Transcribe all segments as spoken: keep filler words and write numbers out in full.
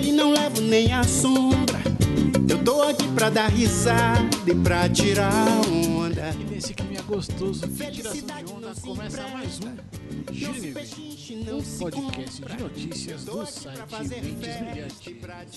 e não levo nem a sombra. Eu tô aqui pra dar risada e pra tirar onda. E nesse clima gostoso de tiração de onda, começa mais um Gira M B, um podcast de notícias do site Mentes Brilhantes.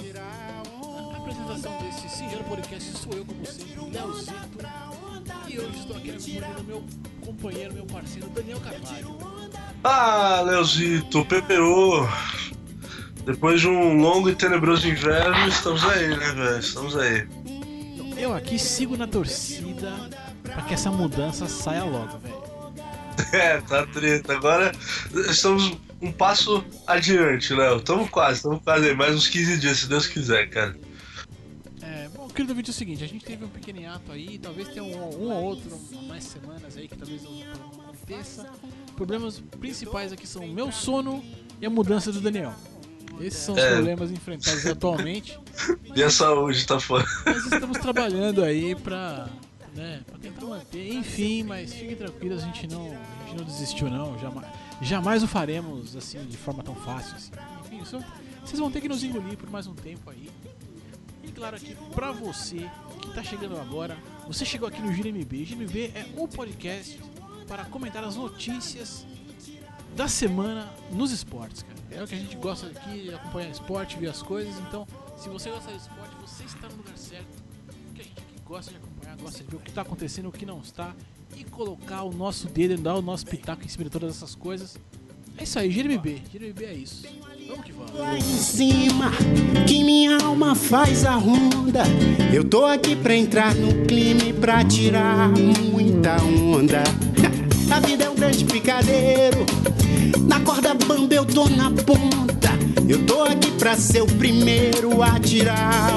A apresentação desse singelo podcast sou eu, como sempre, Leozito. E hoje estou aqui acompanhando meu companheiro, meu parceiro, Daniel Carvalho. Ah, Leozito, Peperô. Depois de um longo e tenebroso inverno, estamos aí, né, velho? Estamos aí. Eu aqui sigo na torcida pra que essa mudança saia logo, velho. É, tá treta. Agora estamos um passo adiante, Léo. Estamos quase, estamos quase aí. Mais uns quinze dias, se Deus quiser, cara. É, bom, querido vídeo, é o seguinte, a gente teve um pequeno hiato aí, talvez tenha um, um ou outro, mais semanas aí que talvez não aconteça. Problemas principais aqui são o meu sono e a mudança do Daniel. Esses são os é. problemas enfrentados atualmente. E a saúde tá fora. Nós estamos trabalhando aí pra, né, pra tentar manter, enfim, mas fiquem tranquilos, a gente não, a gente não desistiu não, jamais, jamais o faremos assim de forma tão fácil assim. Enfim, isso, vocês vão ter que nos engolir por mais um tempo aí. E claro aqui pra você que tá chegando agora, você chegou aqui no Gira M B. Gira M B é um podcast para comentar as notícias da semana nos esportes, cara. É o que a gente gosta aqui, acompanhar esporte, ver as coisas. Então, se você gosta de esporte, você está no lugar certo. Porque a gente aqui gosta de acompanhar, gosta de ver o que está acontecendo, o que não está, e colocar o nosso dedo, dar o nosso pitaco em cima de todas essas coisas. É isso aí, Gira M B. Gira M B é isso. Vamos que vamos. Lá em cima, que minha alma faz a ronda. Eu tô aqui pra entrar no clima e pra tirar muita onda. A vida é um grande picadeiro, na corda bamba eu tô na ponta. Eu tô aqui pra ser o primeiro a tirar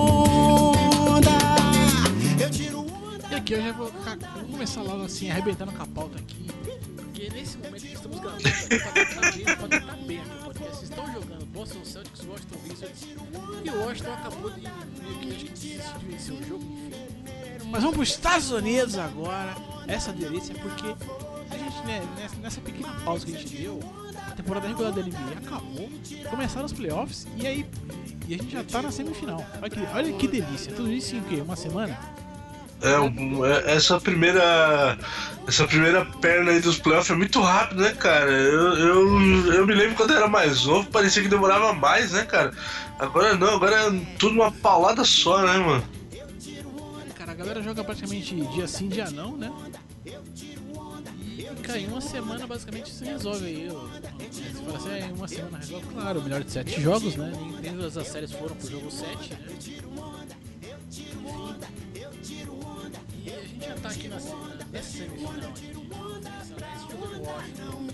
onda. Eu tiro onda. E aqui eu já vou, vou começar logo assim, arrebentando com a pauta aqui. Porque nesse momento que estamos gravando aqui, pra tentar bem, pra tentar bem aqui, porque vocês estão jogando Boston Celtics, Washington Wizards, e o Washington acabou de meio que desistir de vencer o jogo, enfim. Mas vamos para os Estados Unidos agora, essa delícia, porque a gente, né, nessa pequena pausa que a gente deu, a temporada regular da N B A acabou, começaram os playoffs e aí e a gente já tá na semifinal. Olha que, olha que delícia, tudo isso em o quê? Uma semana? É, um, é, essa primeira essa primeira perna aí dos playoffs é muito rápido, né, cara? Eu, eu, eu me lembro quando eu era mais novo, parecia que demorava mais, né, cara? Agora não, agora é tudo uma paulada só, né, mano? A galera joga praticamente dia sim, dia não, né? E cara, em uma semana basicamente se resolve aí. Se fala assim, em uma semana resolve, claro, o melhor de sete jogos, né? Nem todas as séries foram pro jogo sete, né? E a gente já tá aqui na, nessa semifinal aqui. Esse jogo do Washington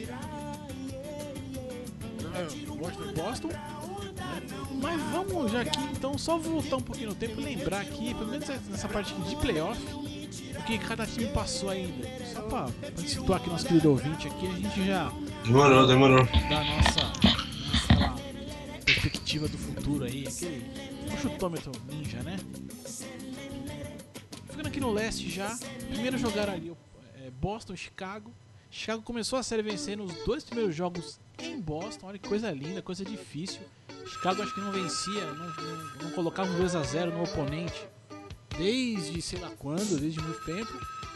e Washington Boston. Mas vamos já aqui, então, só voltar um pouquinho no tempo e lembrar aqui, pelo menos nessa parte aqui de playoff, o que cada time passou ainda. Só pra, pra situar aqui nosso querido ouvinte aqui, a gente já... Demorou, demorou. Da nossa, nossa lá, perspectiva do futuro aí, aquele um chutômetro ninja, né? Ficando aqui no leste já, primeiro jogaram ali o é, Boston e Chicago. Chicago começou a série vencendo os dois primeiros jogos em Boston, olha que coisa linda, coisa difícil. Chicago acho que não vencia, não, não, não colocava um dois a zero no oponente desde sei lá quando, desde muito tempo.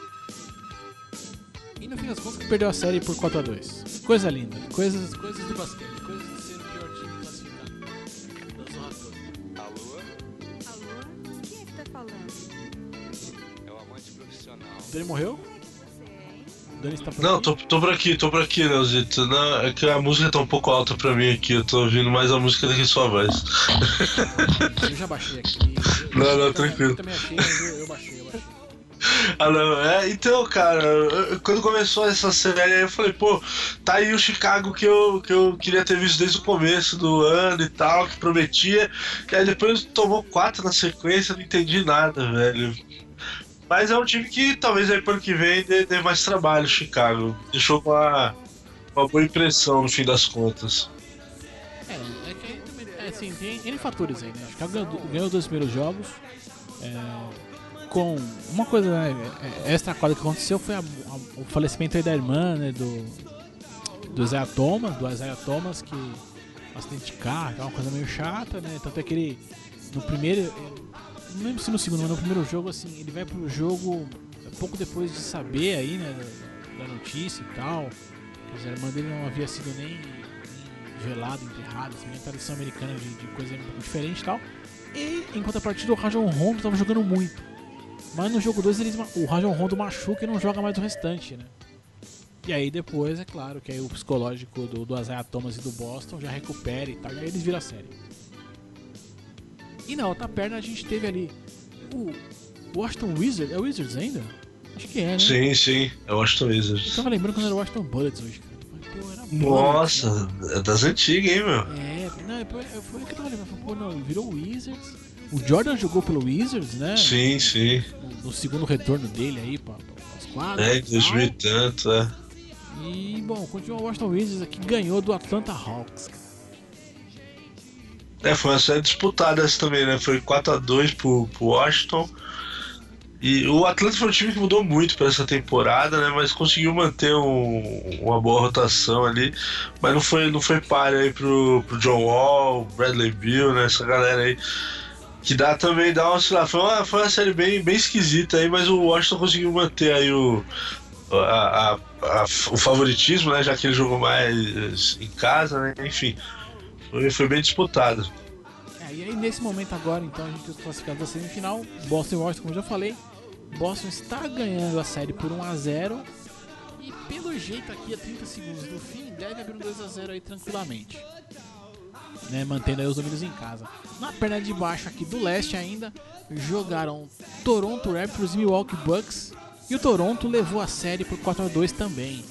E no fim das contas perdeu a série por quatro a dois. Coisa linda, coisas, coisas do basquete, coisas de ser o pior time classificado. Alô? Alô? Quem é que tá falando? É o amante profissional. O Dani morreu? Dani está por Não, aqui? tô, tô por aqui, tô por aqui, Leozito. Não, é que a música tá um pouco alta pra mim aqui, eu tô ouvindo mais a música do que sua voz. Eu já baixei aqui. Eu, Não, não, eu tranquilo. Eu também achei, mas eu, eu baixei, eu baixei. Ah, não, é, então, cara, eu, quando começou essa série aí, eu falei, pô, tá aí o Chicago que eu, que eu queria ter visto desde o começo do ano e tal, que prometia, e aí depois tomou quatro na sequência, não entendi nada, velho. Mas é um time que talvez aí pro ano que vem dê, dê mais trabalho, Chicago. Deixou uma, uma boa impressão no fim das contas. É, é que aí também, é, assim, tem N fatores aí, né? O Chicago ganhou, ganhou dois primeiros jogos. É, com uma coisa, né, extra quadra que aconteceu foi a, a, o falecimento aí da irmã, né, do, do Isaiah Thomas, do Isaiah Thomas, que acidente de carro, é uma coisa meio chata, né? Tanto é que ele, no primeiro, não lembro se no segundo, mas no primeiro jogo, assim, ele vai pro jogo pouco depois de saber aí, né, da, da notícia e tal. Quer dizer, a irmã dele não havia sido nem, nem velado, enterrado, assim, nem tradição americana de, de coisa um pouco diferente e tal. E, enquanto a partida, o Rajon Rondo tava jogando muito. Mas no jogo dois, eles, o Rajon Rondo machuca e não joga mais o restante, né? E aí depois, é claro, que aí o psicológico do, do Isaiah Thomas e do Boston já recupera e tal, e aí eles viram a série. E na outra perna a gente teve ali o Washington Wizards, é o Wizards ainda? Acho que é, né? Sim, sim, é o Washington Wizards. Eu tava lembrando quando era o Washington Bullets hoje, cara. Pô, era Nossa, Bullets, né? é das antigas, hein, meu? É, não, foi o que eu tava lembrando. Pô, não, virou o Wizards. O Jordan jogou pelo Wizards, né? Sim, sim. No, no segundo retorno dele aí, pra, pra, pras quadras. É, em dois mil e tanto, é. E, bom, continua o Washington Wizards aqui, ganhou do Atlanta Hawks, cara. É, foi uma série disputada essa também, né? Foi quatro a dois pro, pro Washington. E o Atlanta foi um time que mudou muito para essa temporada, né? Mas conseguiu manter um, uma boa rotação ali. Mas não foi, não foi páreo aí pro, pro John Wall, Bradley Beal, né? Essa galera aí. Que dá também, dá uma oscilação. Foi uma, foi uma série bem, bem esquisita aí, mas o Washington conseguiu manter aí o, a, a, a, o favoritismo, né? Já que ele jogou mais em casa, né? Enfim, foi, foi bem disputado. É, e aí nesse momento agora, então, a gente tem os classificados da semifinal. Boston e Washington, como eu já falei. Boston está ganhando a série por um a zero. E pelo jeito aqui, a trinta segundos do fim, deve abrir um dois a zero aí tranquilamente. Né, mantendo aí os domínios em casa. Na perna de baixo aqui do leste ainda, jogaram Toronto Raptors e Milwaukee Bucks. E o Toronto levou a série por quatro a dois também.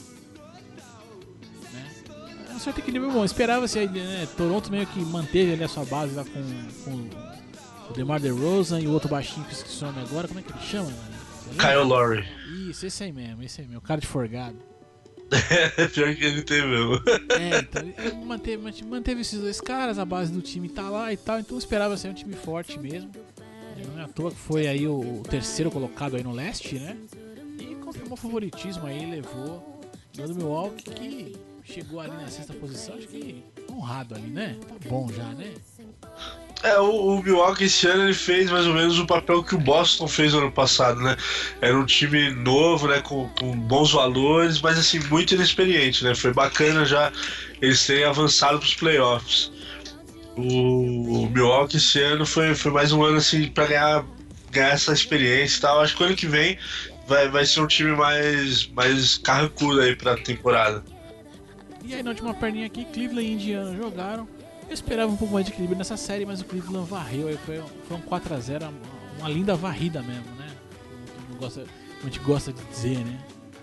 Né? É um certo equilíbrio bom. Esperava-se, né, Toronto meio que manteve ali a sua base lá com, com o DeMar DeRozan e o outro baixinho que eu esqueci o nome agora. Como é que ele chama? Kyle Lowry. Isso, esse aí mesmo, esse aí mesmo. O cara de forgado. É, pior que ele tem mesmo. É, então ele manteve, manteve esses dois caras, a base do time tá lá e tal, então esperava ser um time forte mesmo. Não é à toa que foi aí o, o terceiro colocado aí no leste, né? E confirmou o favoritismo aí, levou o do Milwaukee, que chegou ali na sexta posição, acho que honrado ali, né? Tá bom já, né? É, o, o Milwaukee esse ano ele fez mais ou menos o papel que o Boston fez no ano passado, né? Era um time novo, né? Com, com bons valores, mas assim, muito inexperiente, né? Foi bacana já eles terem avançado para os playoffs. O, o Milwaukee esse ano foi, foi mais um ano assim para ganhar, ganhar essa experiência e tal. Acho que o ano que vem vai, vai ser um time mais, mais carrancudo aí para a temporada. E aí na última perninha aqui, Cleveland e Indiana jogaram. Eu esperava um pouco mais de equilíbrio nessa série, mas o Cleveland varreu, aí foi, foi um quatro a zero, uma, uma linda varrida mesmo, né? Como gosta, a gente gosta de dizer, né?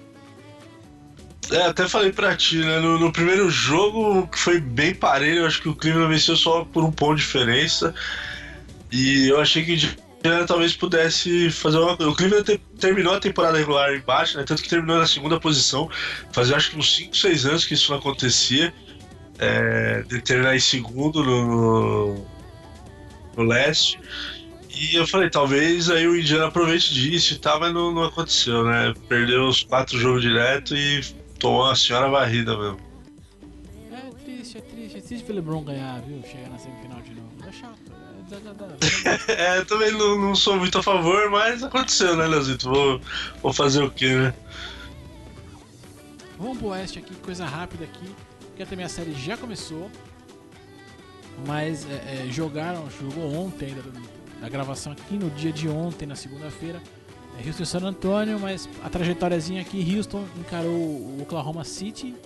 É, até falei pra ti, né? No, no primeiro jogo, que foi bem parelho, eu acho que o Cleveland venceu só por um ponto de diferença. E eu achei que o Indiana talvez pudesse fazer uma. O Cleveland te, terminou a temporada regular embaixo, né? Tanto que terminou na segunda posição. Fazia acho que uns cinco, seis anos que isso não acontecia. É, de terminar em segundo no, no leste. E eu falei, talvez aí o Indiana aproveite disso e tal, mas não, não aconteceu, né? Perdeu os quatro jogos direto e tomou uma senhora varrida mesmo. É triste, é triste, é triste ver o LeBron ganhar, viu? Chegar na semifinal de novo. É chato, é desagradável. É, eu também não, não sou muito a favor, mas aconteceu, né, Leozito? Vou, vou fazer o quê, né? Vamos pro oeste aqui, coisa rápida aqui. Porque também a série já começou, mas é, é, jogaram, jogou ontem, ainda, na gravação aqui no dia de ontem, na segunda-feira, é Houston e San Antonio, mas a trajetóriazinha aqui, Houston encarou o Oklahoma City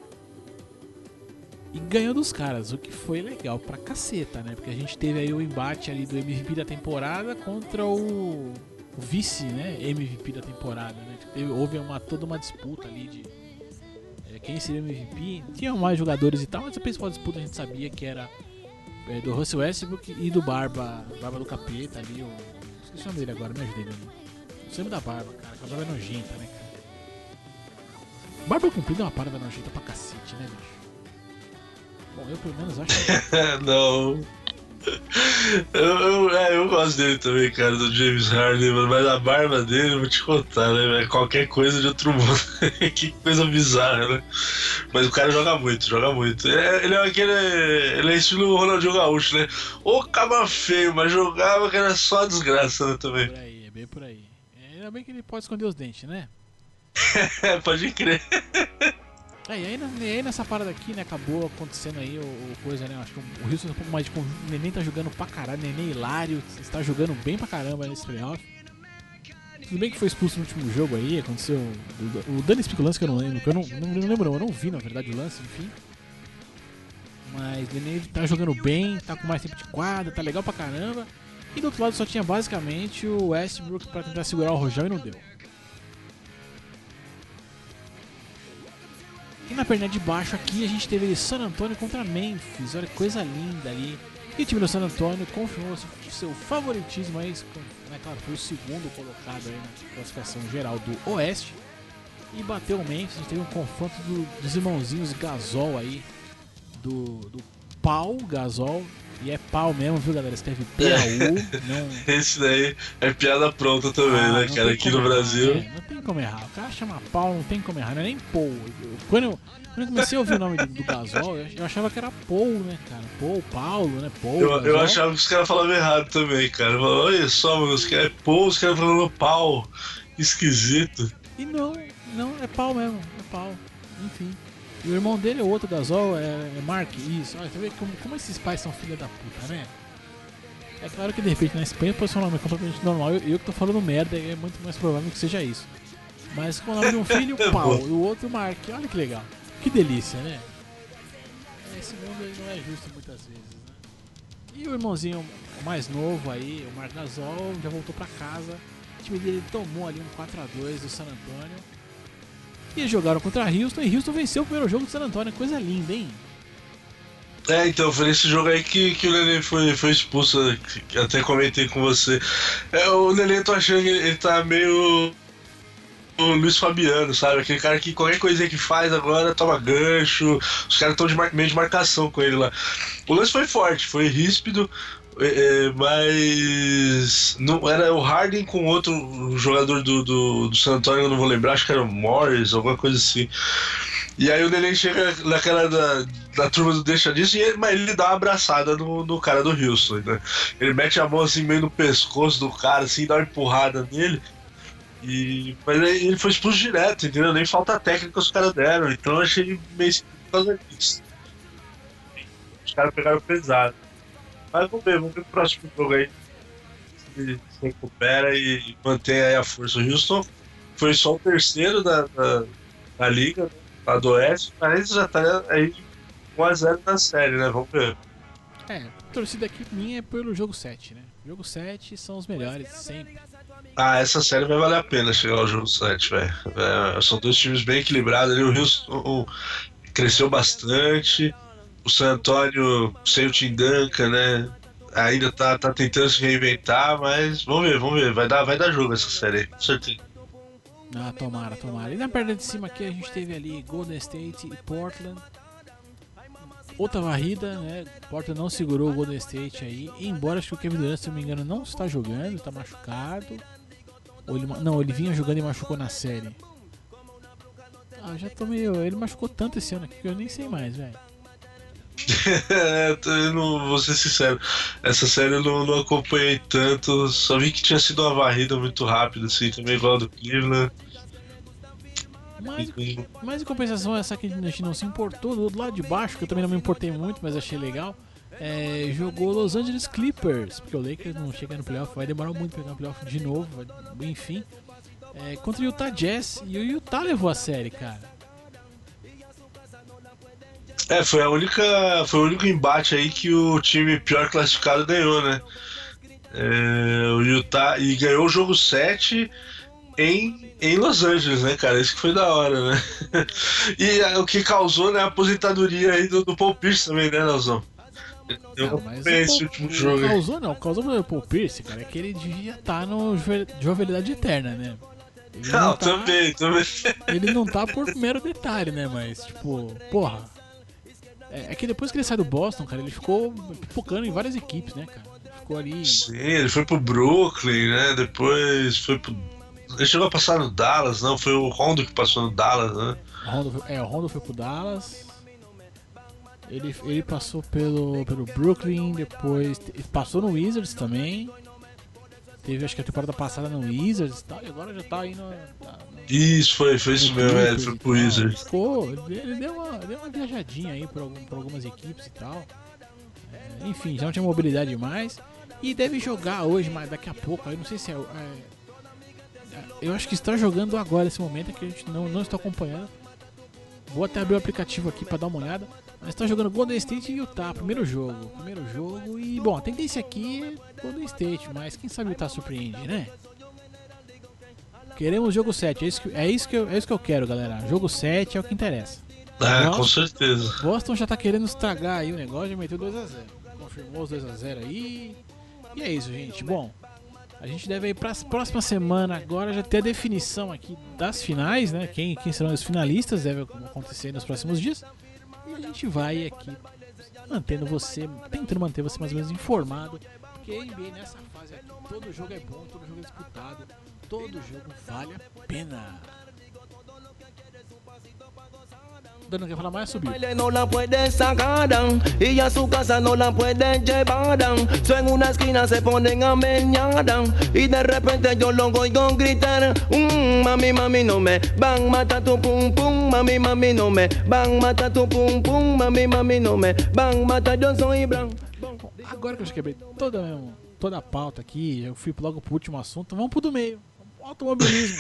e ganhou dos caras, o que foi legal pra caceta, né? Porque a gente teve aí o embate ali do M V P da temporada contra o, o vice, né, M V P da temporada, né? Teve, houve uma, toda uma disputa ali de quem seria o M V P. Tinha mais jogadores e tal, mas a principal disputa a gente sabia que era é, do Russell Westbrook e do Barba, Barba do Capeta ali, o... esqueci o nome dele agora, me ajudei mesmo. Eu sempre da Barba, cara, a Barba é nojenta, né, cara? Barba comprida é uma parada nojenta pra cacete, né, bicho? Bom, eu pelo menos acho que... Não. Eu, eu, é, eu gosto dele também, cara, do James Harden, mano, mas a barba dele, eu vou te contar, né, velho? Qualquer coisa de outro mundo. Que coisa bizarra, né? Mas o cara joga muito, joga muito. É, ele é aquele. Ele é estilo Ronaldinho Gaúcho, né? Ô caba feio, mas jogava que era só desgraça, né, também. Por aí, é bem por aí. É, ainda bem que ele pode esconder os dentes, né? É, pode crer. É, e aí, na- e aí nessa parada aqui, né, acabou acontecendo aí o, o coisa, né? Acho que o Houston tá um pouco mais de. con- O Neném tá jogando pra caralho, Neném hilário, está jogando bem pra caramba nesse playoff. Tudo bem que foi expulso no último jogo aí, aconteceu. O, o Dani explica o lance que eu não lembro, que eu não, não, não lembro, não, eu não vi na verdade o lance, enfim. Mas o Neném tá jogando bem, tá com mais tempo de quadra, tá legal pra caramba. E do outro lado só tinha basicamente o Westbrook pra tentar segurar o Rojão e não deu. E na perna de baixo aqui a gente teve San Antonio contra Memphis, olha que coisa linda ali. E o time do San Antonio confirmou seu, seu favoritismo aí, né, claro, foi o segundo colocado aí na classificação geral do Oeste. E bateu o Memphis, a gente teve um confronto do- dos irmãozinhos Gasol aí, do, do Pau Gasol. E é pau mesmo, viu galera? Escreve P A U, não... Esse daí é piada pronta também, Ah, né, não cara? tem Aqui como no errar, Brasil. né? Não tem como errar. O cara chama pau, não tem como errar, não é nem Paul. Eu- Quando eu, quando eu comecei a ouvir o nome do, do Gasol, eu, eu achava que era Paul, né, cara? Paul, Paulo, né? Paul. Eu, eu Gasol. achava que os caras falavam errado também, cara. Eu falava, olha só, mano, os caras é pô, os caras falando pau. Esquisito. E não, não, é pau mesmo, é pau. Enfim. E o irmão dele, o outro Gasol, é, é Mark, isso. Olha, você vê como, como esses pais são filha da puta, né? É claro que de repente na Espanha pode ser um nome completamente normal. Eu, eu que tô falando merda, é muito mais provável que seja isso. Mas com o nome de um filho, pau, e o outro Mark. Olha que legal. Que delícia, né? Esse mundo aí não é justo muitas vezes, né? E o irmãozinho mais novo aí, o Mark Gasol, já voltou pra casa. O time dele tomou ali um quatro a dois do San Antonio. E eles jogaram contra a Houston e Houston venceu o primeiro jogo do San Antonio. Coisa linda, hein? É, então, foi nesse jogo aí que, que o Nenê foi, foi expulso, né, que até comentei com você. É, o Nenê, tô achando que ele, ele tá meio o Luiz Fabiano, sabe? Aquele cara que qualquer coisinha que faz agora toma gancho, os caras estão de mar- meio de marcação com ele lá. O lance foi forte, foi ríspido, é, é, mas não era o Harden com outro jogador do, do, do San Antonio, eu não vou lembrar, acho que era o Morris, alguma coisa assim. E aí o Neném chega naquela da, da turma do deixa disso, e ele, mas ele dá uma abraçada no, no cara do Houston, né? Ele mete a mão assim meio no pescoço do cara, assim, dá uma empurrada nele. E, mas aí ele foi expulso direto, entendeu? Nem falta técnica os caras deram, então eu achei meio esquisito por causa disso. Os caras pegaram pesado. Mas vamos ver, vamos ver o próximo jogo aí. Se se recupera e mantém aí a força. O Houston foi só o terceiro da, da, da liga, né? Lá do Oeste, mas já tá aí um a zero na série, né? Vamos ver. É, a torcida aqui minha é pelo jogo sete, né? Jogo sete são os melhores, sempre. Ah, essa série vai valer a pena chegar ao jogo sete, velho. É, são dois times bem equilibrados ali. O Houston o- cresceu bastante. O San Antonio sem o Tim Duncan, né? Ainda tá, tá tentando se reinventar, mas vamos ver, vamos ver. Vai dar, vai dar jogo essa série aí, com certeza. Ah, tomara, tomara. E na perna de cima aqui a gente teve ali Golden State e Portland. Outra varrida, né? Portland não segurou o Golden State aí. Embora acho que o Kevin Durant, se eu não me engano, não está jogando, está machucado. Ou ele, ma- não, ele vinha jogando e machucou na série. Ah, já tô meio. Ele machucou tanto esse ano aqui que eu nem sei mais, velho. É, eu não vou ser sincero. Essa série eu não, não acompanhei tanto. Só vi que tinha sido uma varrida muito rápida, assim, também igual a do Cleveland. Mas, E- mas em compensação, essa que a gente não se importou, do outro lado de baixo, que eu também não me importei muito, mas achei legal. É, jogou Los Angeles Clippers, porque o Lakers não chega no playoff, vai demorar muito pra pegar no playoff de novo, vai- enfim. É, contra o Utah Jazz, e o Utah levou a série, cara. É, foi a única. Foi o único embate aí que o time pior classificado ganhou, né? É, o Utah. E ganhou o jogo sete em, em Los Angeles, né, cara? Isso que foi da hora, né? E é, o que causou, né, a aposentadoria aí do, do Paul Pierce também, né, Nelson? Eu Não, não mas acompanhei o esse Paul- último o jogo aí. causou não, causou o Paul Pierce, cara, é que ele devia estar no Jove- Jovialidade Eterna, né? Ele Não, tá- também, também. Ele não tá por mero detalhe, né? Mas, tipo, porra. É, é que depois que ele sai do Boston, cara, ele ficou pipocando em várias equipes, né, cara? Ele ficou ali. Sim, ele foi pro Brooklyn, né? Depois foi pro. Ele chegou a passar no Dallas, não? Foi o Rondo que passou no Dallas, né? O Rondo foi, é, o Rondo foi pro Dallas. Ele, ele passou pelo, pelo Brooklyn, depois te- passou no Wizards também. Teve acho que a temporada passada no Wizards e tal, e agora já tá indo. Tá, Isso, foi, foi isso no mesmo, é, ele Clippers foi e pro tal. Wizards. Ficou, ele deu uma, deu uma viajadinha aí por, algum, por algumas equipes e tal. É, enfim, já não tinha mobilidade mais. E deve jogar hoje, mas daqui a pouco, eu não sei se é. é eu acho que está jogando agora nesse momento, é que a gente não, não está acompanhando. Vou até abrir o aplicativo aqui pra dar uma olhada. Mas está jogando Golden State e Utah, primeiro jogo. Primeiro jogo e, bom, a tendência aqui é Golden State, mas quem sabe o Utah surpreende, né? Queremos jogo sete, é isso que, é isso que, eu, é isso que eu quero, galera. Jogo sete é o que interessa. É, Boston- com certeza. Boston já tá querendo estragar aí o negócio, já meteu dois a zero. Confirmou os dois a zero aí. E é isso, gente. Bom, a gente deve ir pra próxima semana agora já ter a definição aqui das finais, né? Quem, quem serão os finalistas deve acontecer nos próximos dias. E a gente vai aqui mantendo você, tentando manter você mais ou menos informado. Porque a N B A nessa fase aqui, todo jogo é bom, todo jogo é disputado, todo jogo vale a pena. Dando quer falar mais, subiu. Baile no la puede sacar y a su casa no la pueden llevar. So en una esquina se ponen a meñar y de repente yo lo oigo gritar. Mm, mami, mami, no me van matar tu pum pum. Mami, mami, no me van matar tu pum pum. Mami, mami, no me van matar, yo soy branco. Bom, agora que eu já quebrei toda, toda a pauta aqui, eu fui logo pro último assunto, vamos pro do meio. Automobilismo.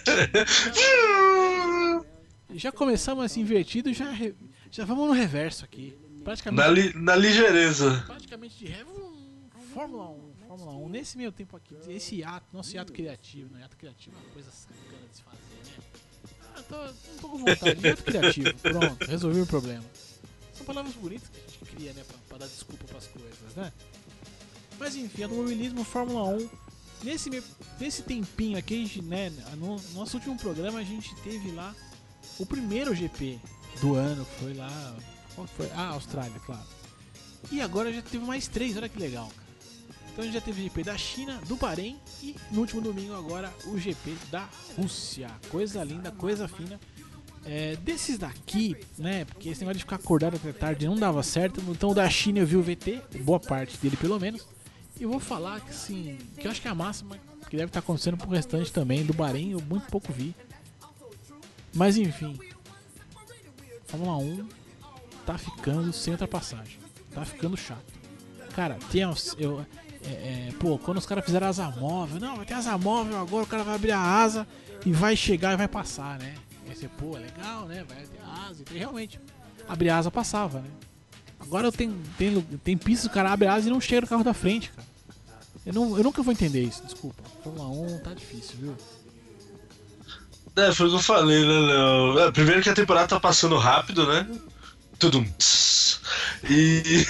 Já começamos assim invertido, já, re- já vamos no reverso aqui. Praticamente, Na, li, na ligeireza. praticamente de revo, Fórmula um. Fórmula um. Nesse meio tempo aqui, esse ato, nosso ato criativo, né? Ato criativo é uma coisa sacana de se fazer, né? Ah, tô, tô um pouco com vontade de ato criativo. Pronto, resolvi o problema. São palavras bonitas que a gente cria, né? Pra, pra dar desculpa pras coisas, né? Mas enfim, automobilismo, Fórmula um. Nesse, meio- nesse tempinho aqui, a gente, né? No nosso último programa, a gente teve lá o primeiro G P do ano, que foi lá. Qual que foi? Ah, Austrália, claro. E agora já teve mais três, olha que legal, cara. Então a gente já teve o G P da China, do Bahrein e no último domingo agora o G P da Rússia. Coisa linda, coisa fina. É, desses daqui, né? Porque esse negócio de ficar acordado até tarde não dava certo. Então o da China eu vi o V T, boa parte dele pelo menos. E eu vou falar que assim, que eu acho que é a máxima que deve estar acontecendo pro restante também. Do Bahrein eu muito pouco vi. Mas enfim, Fórmula um tá ficando sem ultrapassagem. Tá ficando chato. Cara, tem as- eu, é, é, pô, quando os caras fizeram asa móvel, não, vai ter asa móvel agora, o cara vai abrir a asa e vai chegar e vai passar, né? Aí você, pô, legal, né? Vai ter asa. E realmente, abrir a asa passava, né? Agora eu tenho, tem, tem pistas, o cara abre a asa e não chega no carro da frente, cara. Eu, não, eu nunca vou entender isso, desculpa. Fórmula um tá difícil, viu? É, foi o que eu falei, né, Léo? É, primeiro que a temporada tá passando rápido, né? Tudo. E.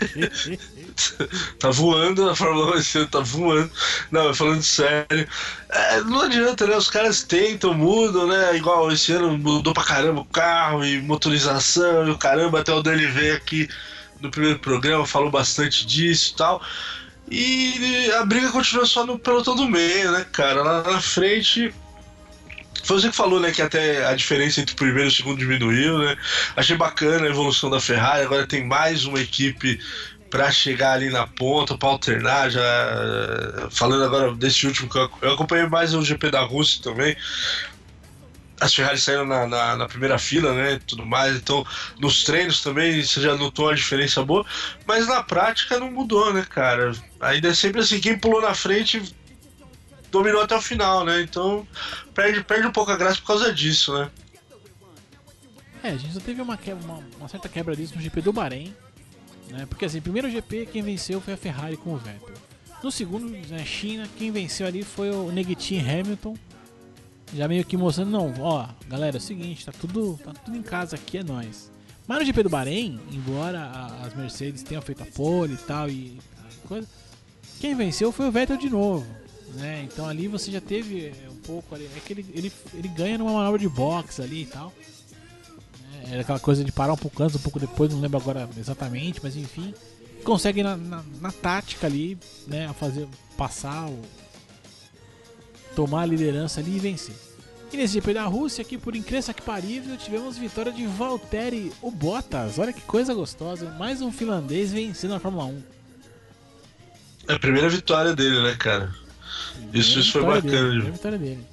Tá voando a Fórmula um esse ano, tá voando. Não, mas falando sério. É, não adianta, né? Os caras tentam, mudam, né? Igual esse ano mudou pra caramba o carro e motorização e o caramba. Até o Dani veio aqui no primeiro programa, falou bastante disso e tal. E a briga continua só no pelotão do meio, né, cara? Lá na frente. Foi você que falou, né, que até a diferença entre o primeiro e o segundo diminuiu, né? Achei bacana a evolução da Ferrari, agora tem mais uma equipe pra chegar ali na ponta, pra alternar, já falando agora desse último que eu eu acompanhei mais o G P da Rússia também. As Ferrari saíram na, na, na primeira fila, né, tudo mais, então nos treinos também você já notou a diferença boa, mas na prática não mudou, né, cara? Ainda é sempre assim, quem pulou na frente dominou até o final, né? Então perde, perde um pouco a graça por causa disso, né? É, a gente só teve uma, quebra, uma, uma certa quebra disso no G P do Bahrein, né? Porque assim, primeiro G P quem venceu foi a Ferrari com o Vettel. No segundo, na China, quem venceu ali foi o Neguitin Hamilton. Já meio que mostrando, não, ó, galera, é o seguinte, tá tudo, tá tudo em casa aqui, é nóis. Mas no G P do Bahrein, embora a- as Mercedes tenham feito a pole e tal e coisa, quem venceu foi o Vettel de novo, né? Então ali você já teve é, um pouco ali, é que ele, ele, ele ganha numa manobra de boxe ali e tal. É aquela coisa de parar um pouco antes, um pouco depois, não lembro agora exatamente, mas enfim. Consegue na, na, na tática ali, né, a fazer, passar, o, tomar a liderança ali e vencer. E nesse G P da Rússia, aqui por incrível que parível, tivemos vitória de Valtteri o Bottas. Olha que coisa gostosa, mais um finlandês vencendo a Fórmula um. É a primeira vitória dele, né, cara? Isso, isso foi bacana. Dele, primeira vitória dele.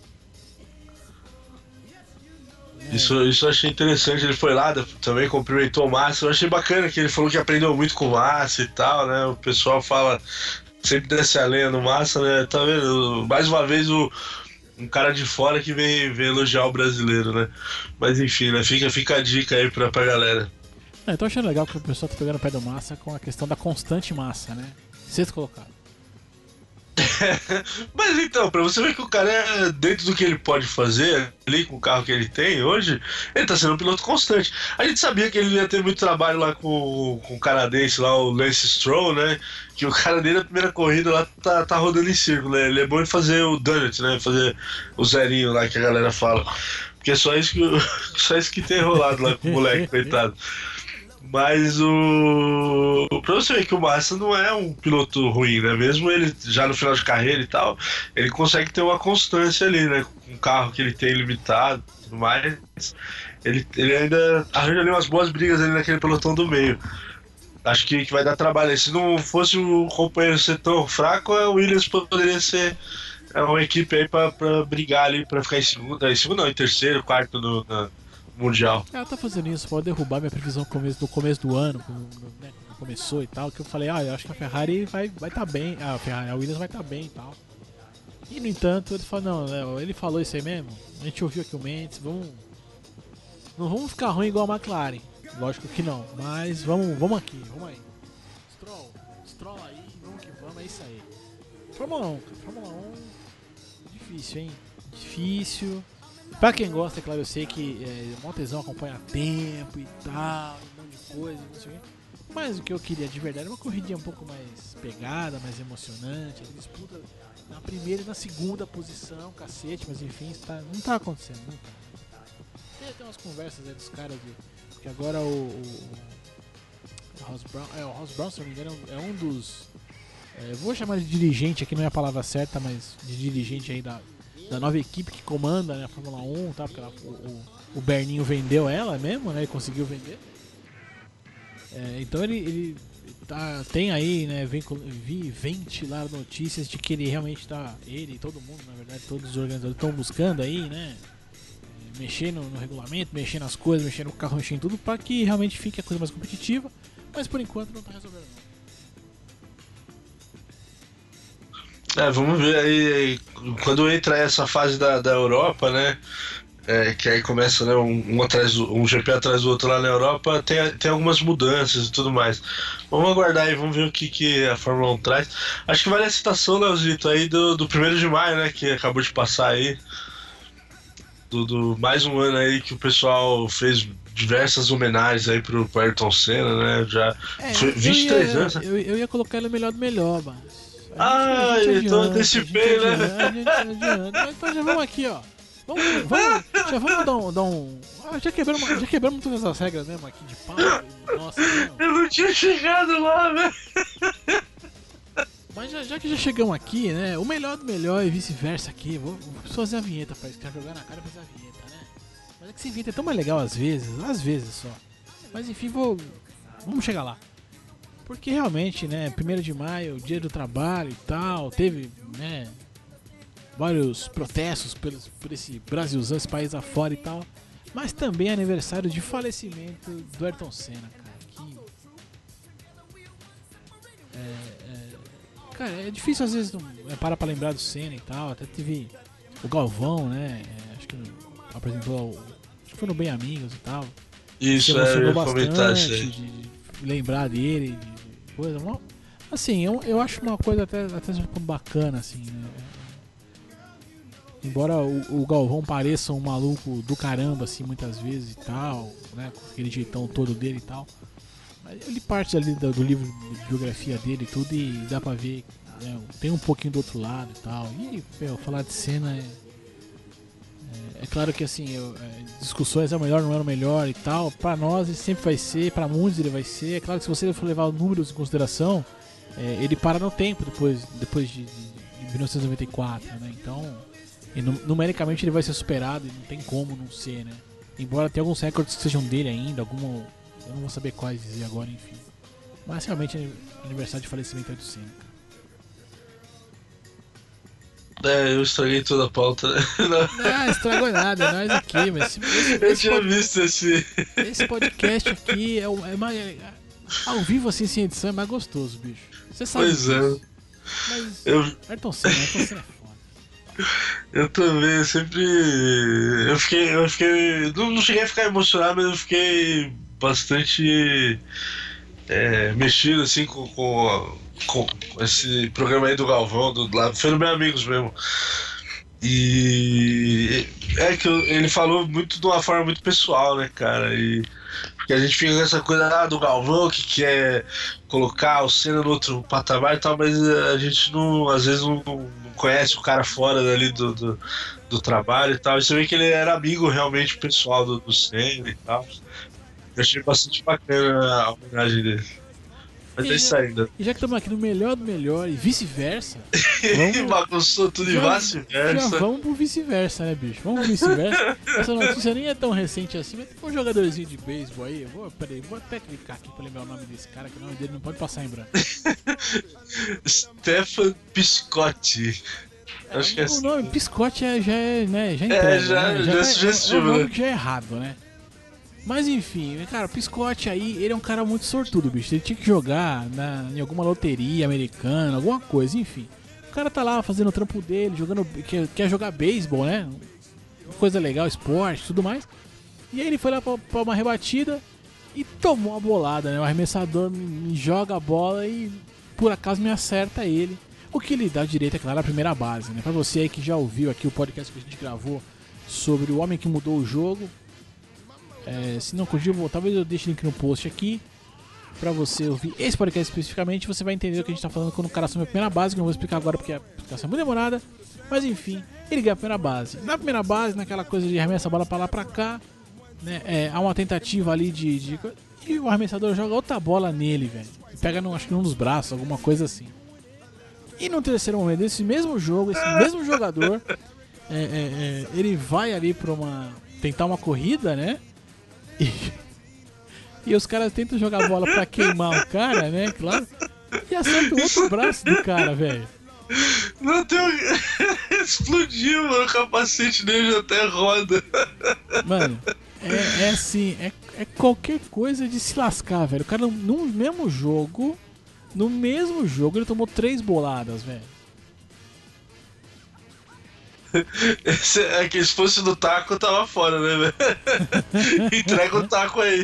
Isso, isso eu achei interessante, ele foi lá, também cumprimentou o Massa. Eu achei bacana que ele falou que aprendeu muito com o Massa e tal, né? O pessoal fala, sempre desce a lenha no Massa, né? Tá vendo? Mais uma vez o, um cara de fora que vem, vem elogiar o brasileiro, né? Mas enfim, né? Fica, fica a dica aí pra, pra galera. É, eu tô achando legal que o pessoal tá pegando o pé do Massa com a questão da constante massa, né? Sexto colocado. Mas então, pra você ver que o cara é dentro do que ele pode fazer ali com o carro que ele tem hoje, ele tá sendo um piloto constante. A gente sabia que ele ia ter muito trabalho lá com, com o canadense lá, o Lance Stroll, né? Que o cara dele na primeira corrida lá tá, tá rodando em círculo, né? Ele é bom em fazer o donut, né? Fazer o zerinho lá que a galera fala. Porque é só isso que, só isso que tem rolado lá com o moleque, coitado. Mas o. Pra você ver que o Massa não é um piloto ruim, né? Mesmo ele já no final de carreira e tal, ele consegue ter uma constância ali, né? Com um carro que ele tem limitado e tudo mais. Ele, ele ainda arranja ali umas boas brigas ali naquele pelotão do meio. Acho que, que vai dar trabalho. Se não fosse o companheiro ser tão fraco, o Williams poderia ser uma equipe aí pra, pra brigar ali, pra ficar em segundo. Em segundo não, em terceiro, quarto no. Na, Mundial. Ela tá fazendo isso, pode derrubar minha previsão no começo, do começo do ano, quando, né, quando começou e tal, que eu falei, ah, eu acho que a Ferrari vai vai tá bem, a Ferrari, a Williams vai tá bem e tal. E no entanto, ele falou, não, ele falou isso aí mesmo, a gente ouviu aqui o Mendes, vamos, não vamos ficar ruim igual a McLaren, lógico que não, mas vamos, vamos aqui, vamos aí. Stroll, Stroll aí, vamos que vamos, é isso aí. Fórmula um, cara, Fórmula um, difícil, hein, difícil. Pra quem gosta, é claro, eu sei que é, o Montezão acompanha tempo e tal, um monte de coisa, não sei o quê. Mas o que eu queria de verdade é uma corridinha um pouco mais pegada, mais emocionante. Ele disputa na primeira e na segunda posição, cacete, mas enfim, tá, não tá acontecendo, não tá. Tem até umas conversas aí dos caras, de, porque agora o, o, o Ross Brown, é, o Ross Brown, se não me engano, é um dos... É, eu vou chamar de dirigente aqui, não é a palavra certa, mas de dirigente aí da... da nova equipe que comanda, né, a Fórmula um, tá? Porque ela, o, o, o Berninho vendeu ela mesmo, né? E conseguiu vender. É, então ele, ele tá, tem aí, né? Vem, vi ventilar notícias de que ele realmente tá. Ele e todo mundo, na verdade, todos os organizadores estão buscando aí, né? Mexer no, no regulamento, mexer nas coisas, mexer no carro, mexer em tudo, para que realmente fique a coisa mais competitiva. Mas por enquanto não tá resolvendo, não. É, vamos ver aí, quando entra essa fase da, da Europa, né, é, que aí começa, né, um, um, atrás do, um G P atrás do outro lá na Europa, tem, tem algumas mudanças e tudo mais. Vamos aguardar aí, vamos ver o que, que a Fórmula um traz. Acho que vale a citação, Leozito, aí do, do primeiro de maio, né, que acabou de passar aí, do, do mais um ano aí que o pessoal fez diversas homenagens aí pro, pro Ayrton Senna, né, já É, foi vinte e três eu ia, anos, né? eu, eu ia colocar ele melhor do melhor, mas... Ah, então antecipei, né? Então já vamos aqui, ó. Vamos, vamos, já vamos dar um. Dar um ah, já, quebramos, já quebramos todas as regras mesmo aqui de pau. Nossa, não. Eu não tinha chegado lá, velho. Mas já, já que já chegamos aqui, né? O melhor do melhor e vice-versa aqui. Vou, vou fazer a vinheta pra isso, quer jogar na cara e fazer a vinheta, né? Mas é que essa vinheta é tão mais legal às vezes, às vezes só. Mas enfim, vou. Vamos chegar lá. Porque realmente, né, primeiro de maio, dia do trabalho e tal, teve, né, vários protestos pelos, por esse Brasilzão, esse país afora e tal, mas também é aniversário de falecimento do Ayrton Senna, cara, que... É, é, cara, é difícil às vezes não, é, parar pra lembrar do Senna e tal, até teve o Galvão, né, é, acho que apresentou, acho que foi no Bem Amigos e tal. Isso, se emocionou é, bastante de, de lembrar dele, de coisa, assim, eu, eu acho uma coisa até, até bacana, assim, né? Embora o, o Galvão pareça um maluco do caramba, assim, muitas vezes e tal, né, com aquele jeitão todo dele e tal, mas ele parte ali do, do livro de biografia dele e tudo, e dá pra ver, né, tem um pouquinho do outro lado e tal, e meu, falar de Senna é, É claro que assim, eu, é, discussões é o melhor, não é o melhor e tal. Pra nós ele sempre vai ser, pra muitos ele vai ser. É claro que se você for levar os números em consideração, é, ele para no tempo depois, depois de, de, de mil novecentos e noventa e quatro, né? Então, e, numericamente ele vai ser superado e não tem como não ser, né? Embora tenha alguns recordes que sejam dele ainda, alguma, eu não vou saber quais dizer agora, enfim. Mas realmente é aniversário de falecimento é do Senna. É, eu estraguei toda a pauta. Não, estragou nada, é nós aqui, mas esse, esse, Eu esse tinha pod- visto esse. esse podcast aqui é, o- é mais. é- ao vivo assim, sem edição, é mais gostoso, bicho. Você sabe Pois é. disso. Mas. Eu, Ayrton Senna, Ayrton Senna é foda. eu também, eu sempre. Eu fiquei. Eu fiquei. Não, não cheguei a ficar emocionado, mas eu fiquei bastante é, mexido assim com, com, com esse programa aí do Galvão, do lado. Foi do Meus Amigos mesmo. E é que eu- ele falou muito de uma forma muito pessoal, né, cara? E que a gente fica com essa coisa ah, do Galvão que quer colocar o Senna no outro patamar e tal, mas a gente não, às vezes não, não conhece o cara fora dali do, do, do trabalho e tal. E você vê que ele era amigo realmente pessoal do, do Senna e tal. Eu achei bastante bacana a homenagem dele. Mas é isso ainda. E já que estamos aqui no melhor do melhor e vice-versa, Ele vamos, bagunçou tudo em já, vice-versa. já vamos pro vice-versa, né, bicho? Vamos pro vice-versa. Essa notícia nem é tão recente assim, mas tem um jogadorzinho de beisebol aí. Eu vou, peraí, vou até clicar aqui pra lembrar o nome desse cara, que o nome dele não pode passar em branco. Stefan Piscotti. Acho que é O assim. nome Piscotti é, já é, né, já entrega, já- né? já é tá- sugestivo, é um nome né? que já é errado, né? Mas enfim, cara, o Piscotti aí, ele é um cara muito sortudo, bicho. Ele tinha que jogar na, em alguma loteria americana, alguma coisa, enfim. O cara tá lá fazendo o trampo dele, jogando, quer, quer jogar beisebol, né? Coisa legal, esporte, tudo mais. E aí ele foi lá pra, pra uma rebatida e tomou uma bolada, né? O arremessador me, me joga a bola e por acaso me acerta ele. O que lhe dá direito, é claro, à primeira base, né? Pra você aí que já ouviu aqui o podcast que a gente gravou sobre o homem que mudou o jogo. É, se não curtiu, talvez eu deixe o link no post aqui pra você ouvir esse podcast especificamente. Você vai entender o que a gente tá falando quando o cara assume a primeira base, que eu não vou explicar agora porque a explicação é muito demorada. Mas enfim, ele ganha a primeira base. Na primeira base, naquela coisa de arremessa a bola pra lá pra cá, né, é, há uma tentativa ali de, de. E o arremessador joga outra bola nele, velho. Pega, no, acho que num dos braços, alguma coisa assim. E no terceiro momento desse mesmo jogo, esse mesmo jogador, é, é, é, ele vai ali pra uma. Tentar uma corrida, né? E, e os caras tentam jogar a bola pra queimar o cara, né? Claro. E acerta o outro braço do cara, velho. Não tem um... Explodiu, mano. O capacete dele já até roda. Mano, é, é assim, é, é qualquer coisa de se lascar, velho. O cara, no mesmo jogo, no mesmo jogo, ele tomou três boladas, velho. Esse, é que se fosse do taco, eu tava fora, né, velho? Entrega o taco aí.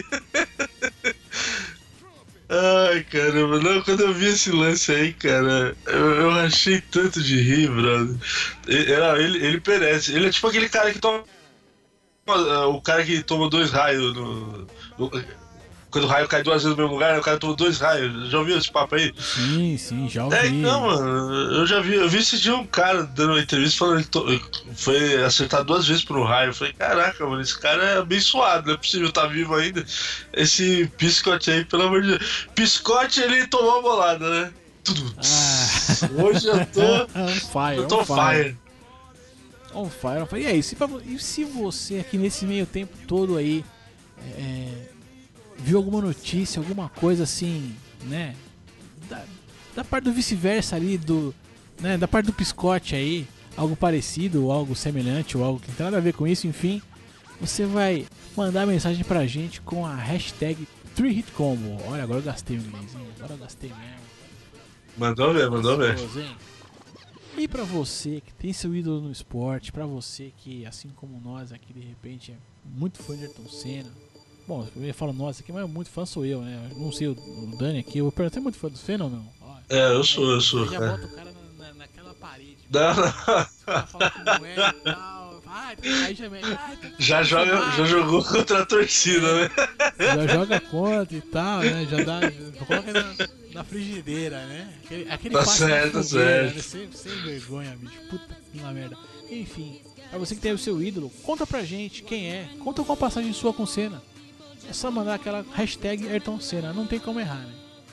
Ai, caramba. Não, quando eu vi esse lance aí, cara, eu, eu achei tanto de rir, brother. Ele, ele, ele merece. Ele é tipo aquele cara que toma. O cara que toma dois raios no. no quando o raio cai duas vezes no mesmo lugar, o cara toma dois raios. Já ouviu esse papo aí? Sim, sim, já ouvi. É, não, mano, eu já vi, eu vi esse dia um cara dando uma entrevista falando que to- foi acertar duas vezes por um raio. Eu falei, caraca, mano, esse cara é abençoado, não é possível estar vivo ainda. Esse Piscotti aí, pelo amor de Deus. Piscotti, ele tomou a bolada, né? Tudo. Ah. Hoje eu tô. on fire, Eu tô on fire. fire. On fire, on fire. E aí, se, pra vo- e se você aqui nesse meio tempo todo aí é, viu alguma notícia, alguma coisa assim, né? Da, da parte do vice-versa ali, do, né, da parte do Piscotti aí, algo parecido, ou algo semelhante, ou algo que não tem nada a ver com isso, enfim, você vai mandar mensagem pra gente com a hashtag three hit combo. Olha, agora eu gastei o inglês, hein? Agora eu gastei mesmo. Mandou ver, mandou ver. Gostoso, hein? E pra você que tem seu ídolo no esporte, pra você que, assim como nós aqui, de repente, é muito fã de Ayrton Senna. Bom, eu falo nós aqui, mas muito fã sou eu, né? Eu não sei o, o Dani aqui, eu vou perguntar, é muito fã do Senna ou não? Ó, É, eu sou, eu sou. aí já é. bota o cara na, na- naquela parede. Não, não. O cara fala que não é e tal. Ah, aí já, ah, tem que Já, joga, filmar. já jogou contra a torcida, né? Já joga contra e tal, né? Já dá. Já coloca na, na frigideira, né? Aquele, aquele Tá passe na certo, fogueira, certo. né? Sem, sem vergonha, bicho. Puta que lá merda. Enfim, Pra você que tem o seu ídolo, conta pra gente quem é. Conta qual passagem sua com Senna. É só mandar aquela hashtag Ayrton Senna, não tem como errar, né?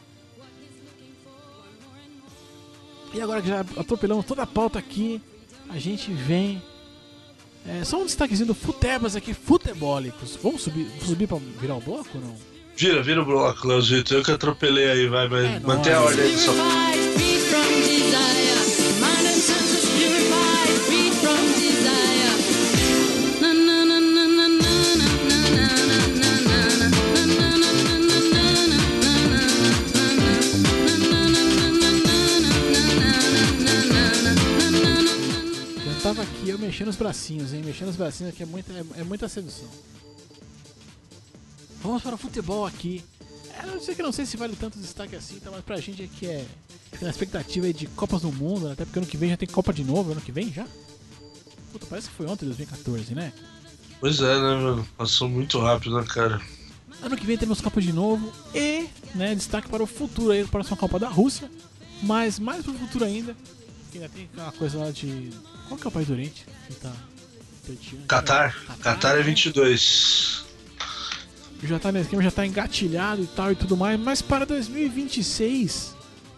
E agora que já atropelamos toda a pauta aqui, a gente vem... É, só um destaquezinho do Futebas aqui, Futebólicos. Vamos subir, subir pra virar o bloco ou não? Vira, vira o bloco, Leozito. Eu que atropelei aí, vai, mas É mantém a nóis. ordem aí só. Eu tava aqui, eu mexendo os bracinhos, hein? Mexendo os bracinhos aqui é muita, é, é muita sedução. Vamos para o futebol aqui. É, não sei que não sei se vale tanto destaque assim, tá? Mas pra gente aqui é na expectativa aí de Copas do Mundo, né? Até porque ano que vem já tem Copa de novo, ano que vem já? Puta, parece que foi ontem, dois mil e quatorze, né? Pois é, né, mano? Passou muito rápido, né, cara? Ano que vem temos Copa de novo e, né, destaque para o futuro aí, para a próxima Copa da Rússia. Mas mais pro futuro ainda, que ainda tem aquela coisa lá de... Qual que é o país do Oriente? Que tá pertinho, Qatar. Qatar, Qatar é né? vinte e dois. Já tá nesse esquema, já tá engatilhado e tal e tudo mais, mas para dois mil e vinte e seis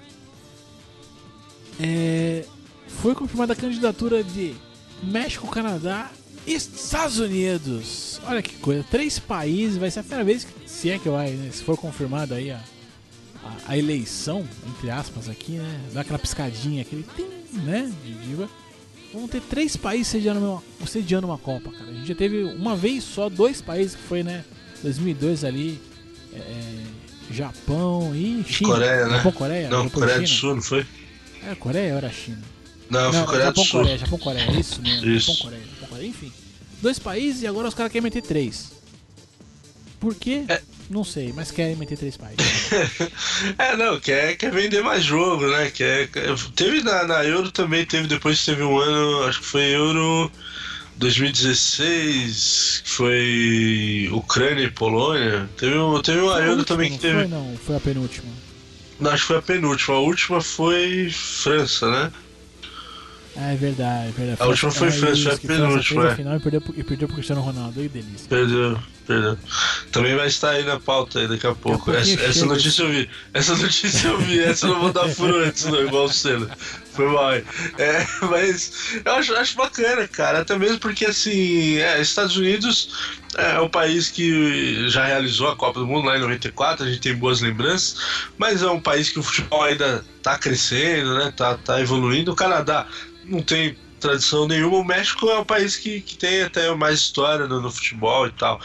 é, foi confirmada a candidatura de México, Canadá e Estados Unidos. Olha que coisa, três países, vai ser a primeira vez, que, se é que vai, né, se for confirmada aí a, a, a eleição, entre aspas aqui, né, dá aquela piscadinha, aquele tim, né, de diva. Vamos ter três países sediando uma, sediando uma Copa, cara. A gente já teve uma vez só dois países, que foi, né, dois mil e dois ali, é, Japão e China. Coreia, né? Japão, Coreia? Não, Japão, Coreia do China. Sul, não foi? Era Coreia ou era China? Não, foi Coreia Japão, do Sul. Coreia, Japão, Coreia, isso mesmo. Isso. Japão, Coreia, Japão, Coreia, enfim. Dois países e agora os caras querem meter três. Por quê? É. Não sei, mas querem meter três países. É, não, quer, quer vender mais jogo, né? Quer, quer- teve na, na Euro também, teve depois teve um ano, acho que foi Euro dois mil e dezesseis, que foi Ucrânia e Polônia. Teve, um- teve uma Foi a Euro última, também não que teve. Foi, não, foi a penúltima. Não, acho que foi a penúltima. A última foi França, né? Ah, é verdade, é verdade. A última foi Ah, França, isso, foi a que França penúltima, fez a é. final e perdeu, pro- e perdeu pro Cristiano Ronaldo, aí delícia. Perdeu, perdeu. Também vai estar aí na pauta aí daqui a pouco. pouquinho Essa, essa chega. notícia eu vi. Essa notícia eu vi. Essa eu não vou dar furo antes, não, igual o Senna. Foi mal aí. É, mas eu acho, acho bacana, cara. Até mesmo porque, assim, é, Estados Unidos é um país que já realizou a Copa do Mundo lá em noventa e quatro, a gente tem boas lembranças, mas é um país que o futebol ainda tá crescendo, né? Tá, tá evoluindo. O Canadá não tem tradição nenhuma. O México é um país que, que tem até mais história no, no futebol e tal.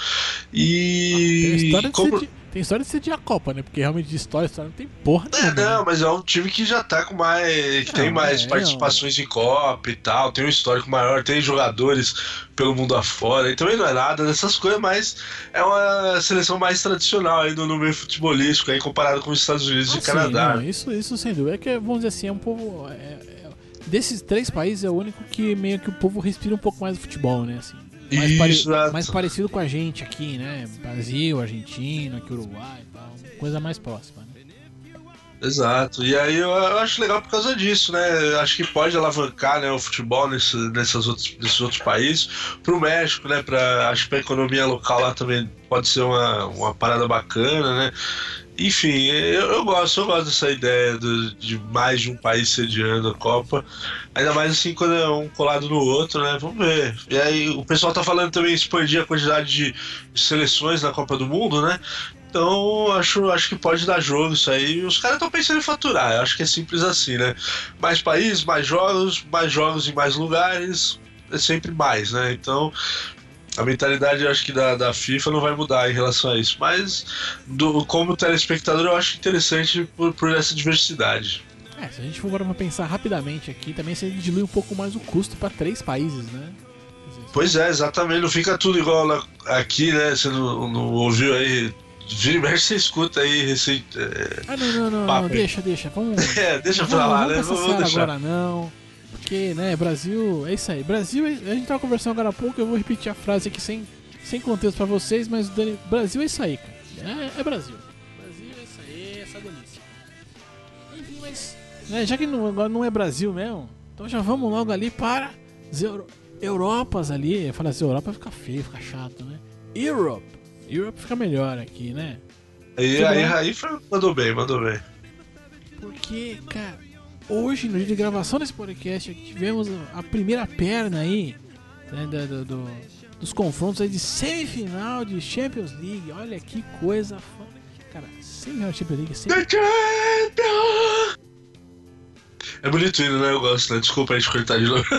E. Tem história, de como- ser de, tem história de ser de a Copa, né? Porque realmente de história, história não tem porra É, nenhuma, né? não, mas é um time que já tá com mais. que Não, tem mais é, participações em Copa e tal, tem um histórico maior, tem jogadores pelo mundo afora, e também não é nada dessas coisas, mas é uma seleção mais tradicional aí no, no meio futebolístico, aí comparado com os Estados Unidos Ah, e sim, Canadá. não, isso, isso sem dúvida. É que, vamos dizer assim, é um povo. é- é- desses três países é o único que meio que o povo respira um pouco mais do futebol, né? Assim, mais, pare- Exato. mais parecido com a gente aqui, né? Brasil, Argentina, aqui Uruguai e tal. Coisa mais próxima, né? Exato, e aí eu, eu acho legal por causa disso, né? Acho que pode alavancar, né, o futebol nesse, nessas outros, nesses outros países. Pro México, né? Pra, acho que pra economia local lá também pode ser uma, uma parada bacana, né? Enfim, eu, eu gosto, eu gosto dessa ideia do- de mais de um país sediando a Copa. Ainda mais assim quando é um colado no outro, né? Vamos ver. E aí o pessoal tá falando também expandir a quantidade de, de seleções na Copa do Mundo, né? Então acho, acho que pode dar jogo isso aí. Os caras estão pensando em faturar, eu acho que é simples assim, né? Mais países, mais jogos, mais jogos em mais lugares, é sempre mais, né? Então a mentalidade, eu acho que da, da FIFA não vai mudar em relação a isso. Mas, do, como telespectador, eu acho interessante por, por essa diversidade. É, se a gente for agora pra pensar rapidamente aqui, também você dilui um pouco mais o custo pra três países, né? Quer dizer, Pois é, exatamente. Não fica tudo igual lá, aqui, né? Você não, não ouviu aí. Vira e mexe, você escuta aí receita. É, Ah, não, não, não, Papo não, aí. deixa, deixa. Vamos. é, deixa pra Vamos, lá, vamos né? pra essa Vou, vou seara deixar. agora não. Porque, né, Brasil, é isso aí. Brasil, a gente tava conversando agora há pouco, eu vou repetir a frase aqui sem, sem contexto pra vocês, mas o Dani, Brasil é isso aí, cara. É, é Brasil. Brasil é isso aí, é essa delícia. Enfim, mas, né, já que não, agora não é Brasil mesmo, então já vamos logo ali para as, Euro, Europas ali, eu falei assim, Europa fica feio, fica chato, né? Europe, Europe fica melhor aqui, né? Aí, aí, aí foi, mandou bem, mandou bem. Porque, cara, hoje, no dia de gravação desse podcast, aqui, tivemos a primeira perna aí, né, do, do, do, dos confrontos aí de semifinal de Champions League. Olha que coisa fã. Cara, semifinal de Champions League, sempre... The Champion! É bonito isso, né? Eu gosto, né? Desculpa a gente cortar de novo.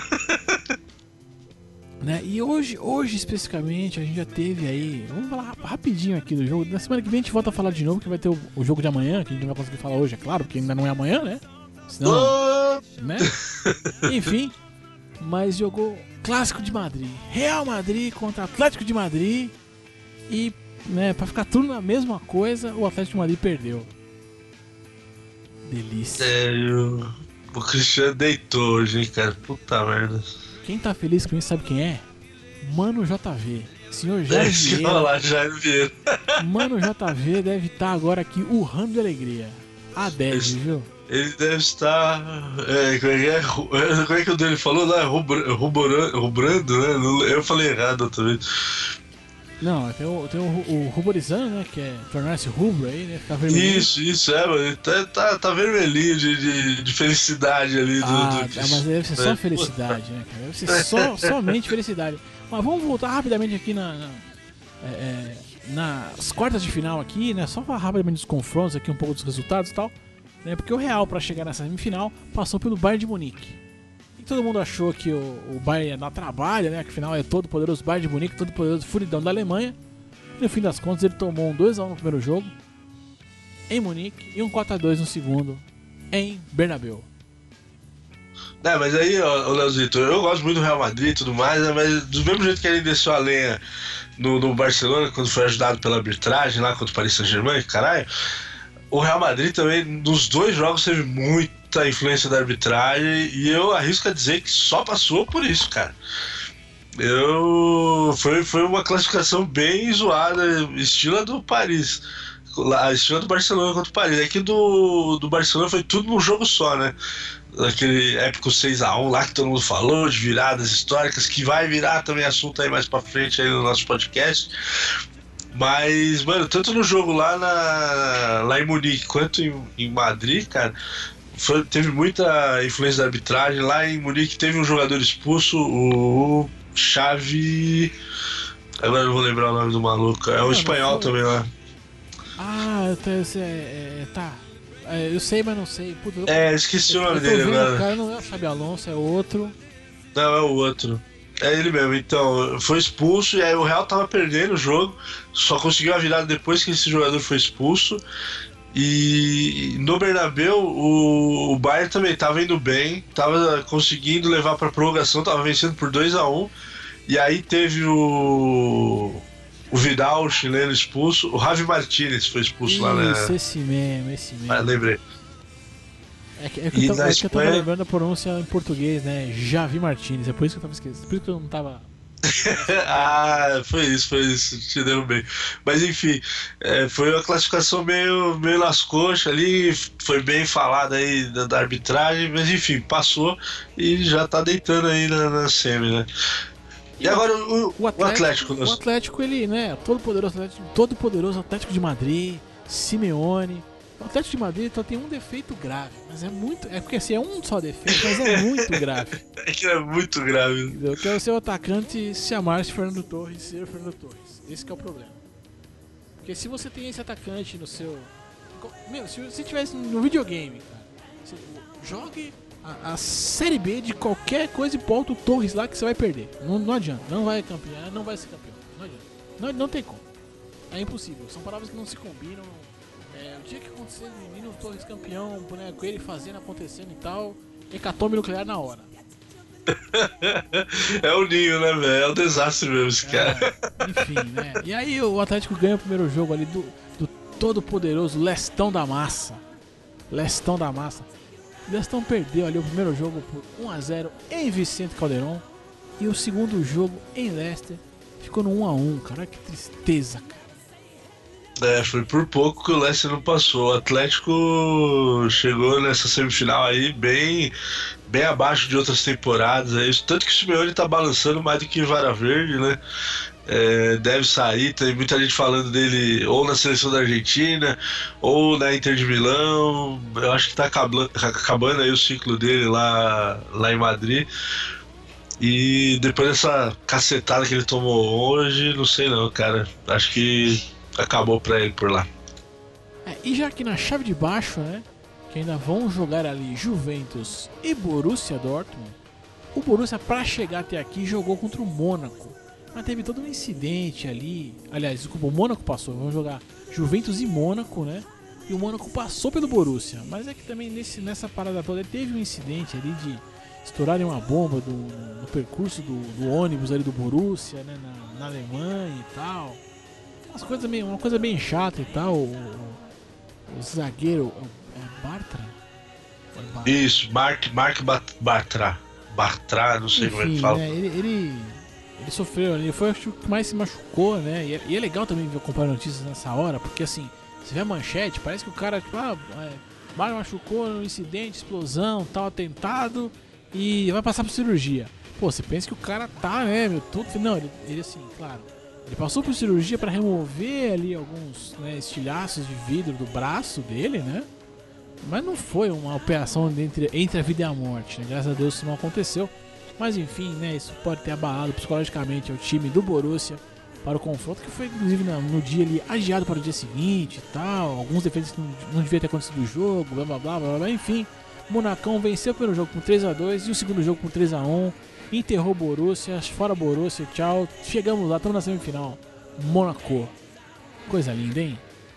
Né? E hoje, hoje especificamente, a gente já teve aí. Vamos falar rapidinho aqui do jogo. Na semana que vem a gente volta a falar de novo, que vai ter o, o jogo de amanhã, que a gente não vai conseguir falar hoje, é claro, porque ainda não é amanhã, né? Senão, né? Enfim, mas jogou Clássico de Madrid. Real Madrid contra Atlético de Madrid. E, né, pra ficar tudo na mesma coisa, o Atlético de Madrid perdeu. Delícia. Sério. O Cristiano deitou hoje, hein, cara? Puta merda. Quem tá feliz com isso sabe quem é? Mano J V. Senhor Jair Deixa eu Vieira. falar, Jair Vieira. Mano J V deve estar agora aqui urrando de alegria. A dez, viu? Ele deve estar. É, como é que é? Ru- é, Como é que o dele falou lá? Rubra- rubora- Rubrando, né? Não- Eu falei errado outra vez. Não, tem o, tem o, o ruborizando, né? Que é tornar-se rubro aí, né? Ficar vermelho. Isso, isso, é, mano. Ele tá, tá, tá vermelhinho de, de, de felicidade ali. Do, Ah, do... tá, mas deve ser só É. felicidade, né, cara? Deve ser só, somente felicidade. Mas vamos voltar rapidamente aqui na, na- é, é, nas quartas de final aqui, né? Só falar rapidamente dos confrontos aqui, um pouco dos resultados e tal. Né? Porque o Real, pra chegar nessa semifinal, passou pelo Bayern de Munique. E todo mundo achou que o, o Bayern ia dar trabalho, né? Que afinal é todo poderoso Bayern de Munique, todo poderoso furidão da Alemanha. E no fim das contas ele tomou um dois a um no primeiro jogo em Munique e um quatro a dois no segundo em Bernabéu. É, mas aí, ó, ô Leozito, eu gosto muito do Real Madrid e tudo mais, né, mas do mesmo jeito que ele desceu a lenha no, no Barcelona, quando foi ajudado pela arbitragem lá contra o Paris Saint-Germain, caralho, o Real Madrid também, nos dois jogos, teve muita influência da arbitragem e eu arrisco a dizer que só passou por isso, cara. Eu... Foi, foi uma classificação bem zoada, estilo a do Paris. Lá, estilo do Barcelona contra o Paris. Aqui do, do Barcelona foi tudo num jogo só, né? Aquele épico seis a um lá que todo mundo falou, de viradas históricas, que vai virar também assunto aí mais pra frente aí no nosso podcast. Mas, mano, tanto no jogo lá, na, lá em Munique quanto em, em Madrid, cara, foi, teve muita influência da arbitragem. Lá em Munique teve um jogador expulso, o Xavi. Agora eu não vou lembrar o nome do maluco. É um Não, espanhol não foi. também lá. Ah, eu, tô, eu sei, é, é, tá. É, eu sei, mas não sei. Puta, eu, É, esqueci o eu nome tô dele vendo, agora. o cara não é o Xabi Alonso, é outro. Não, é o outro. É ele mesmo. Então, foi expulso e aí o Real tava perdendo o jogo. Só conseguiu a virada depois que esse jogador foi expulso. E no Bernabéu o, o Bayern também tava indo bem, tava conseguindo levar pra prorrogação, tava vencendo por dois a um. E aí teve o o Vidal, o chileno, expulso. O Javi Martinez foi expulso Isso, lá, né? esse mesmo, esse mesmo. Ah, lembrei. É que, é que E eu, tava, na é que eu tava Espanha- lembrando a pronúncia em português, né? Javi Martinez, é por isso que eu tava esquecendo. Por isso que eu não tava. Ah, foi isso, foi isso, te derrubei. Mas enfim, é, foi uma classificação meio, meio nas coxas ali, foi bem falada aí da, da arbitragem, mas enfim, passou e já tá deitando aí na, na semi, né? E agora o, O Atlético, o Atlético, o nosso- Atlético, ele, né? Todo poderoso Atlético, todo poderoso Atlético de Madrid, Simeone. O Atlético de Madrid só tem um defeito grave, mas é muito. É porque assim, é um só defeito, mas é muito grave. é que é muito grave. Entendeu? Que é o seu atacante se amar-se Fernando Torres e ser Fernando Torres. Esse que é o problema. Porque se você tem esse atacante no seu. Meu, se você tivesse no videogame, cara, você jogue a, a série B de qualquer coisa e bota o Torres lá que você vai perder. Não, não adianta, não vai campeão, não vai ser campeão. Não adianta. Não, não tem como. É impossível. São palavras que não se combinam. É, o dia que acontecer o menino Torres campeão, né, com ele fazendo, acontecendo e tal, hecatombe nuclear na hora. É o ninho, né, velho? É um desastre mesmo esse cara. É, enfim, né? E aí o Atlético ganha o primeiro jogo ali do, do todo poderoso Lestão da Massa. Lestão da Massa. O Lestão perdeu ali o primeiro jogo por um a zero em Vicente Calderon. E o segundo jogo em Leicester ficou no um a um, cara. Olha que tristeza, cara. É, foi por pouco que o Leicester não passou. O Atlético chegou nessa semifinal aí bem, bem abaixo de outras temporadas. É isso. Tanto que o Simeone tá balançando mais do que Vara Verde, né? É, deve sair, tem muita gente falando dele ou na seleção da Argentina ou na Inter de Milão. Eu acho que tá acabando, acabando aí o ciclo dele lá, lá em Madrid. E depois dessa cacetada que ele tomou hoje, não sei não, cara. Acho que acabou pra ele por lá. É, e já que na chave de baixo, né, que ainda vão jogar ali Juventus e Borussia Dortmund, o Borussia, pra chegar até aqui, jogou contra o Mônaco. Mas teve todo um incidente ali. Aliás, desculpa, o Mônaco passou. Vamos jogar Juventus e Mônaco, né? E o Mônaco passou pelo Borussia. Mas é que também nesse, nessa parada toda teve um incidente ali de estourarem uma bomba do, no percurso do, do ônibus ali do Borussia, né? Na, na Alemanha e tal. Umas coisas meio, uma coisa bem chata e tal. O, o, o zagueiro. É Bartra? É Bartra? Isso, Mark, Mark Bartra. Bartra, não sei Enfim, como é que fala. Né, ele, ele, ele sofreu ali, foi o que mais se machucou, né? E é, e é legal também ver acompanhar notícias nessa hora, porque assim, você vê a manchete, parece que o cara, tipo, ah, é, Mário machucou no incidente, explosão, tal, atentado, e vai passar por cirurgia. Pô, você pensa que o cara tá, né, meu, tudo. Não, ele, ele assim, claro, ele passou por cirurgia para remover ali alguns, né, estilhaços de vidro do braço dele, né? Mas não foi uma operação entre, entre a vida e a morte, né? Graças a Deus isso não aconteceu. Mas enfim, né, isso pode ter abalado psicologicamente o time do Borussia para o confronto, que foi inclusive no, no dia ali adiado para o dia seguinte e tal. Alguns defeitos que não, não devia ter acontecido no jogo, blá blá blá blá blá. Enfim, o Monacão venceu o primeiro jogo com três a dois e o segundo jogo com três a um. Enterrou o Borussia, fora Borussia, tchau. Chegamos lá, estamos na semifinal. Monaco. Coisa linda, hein?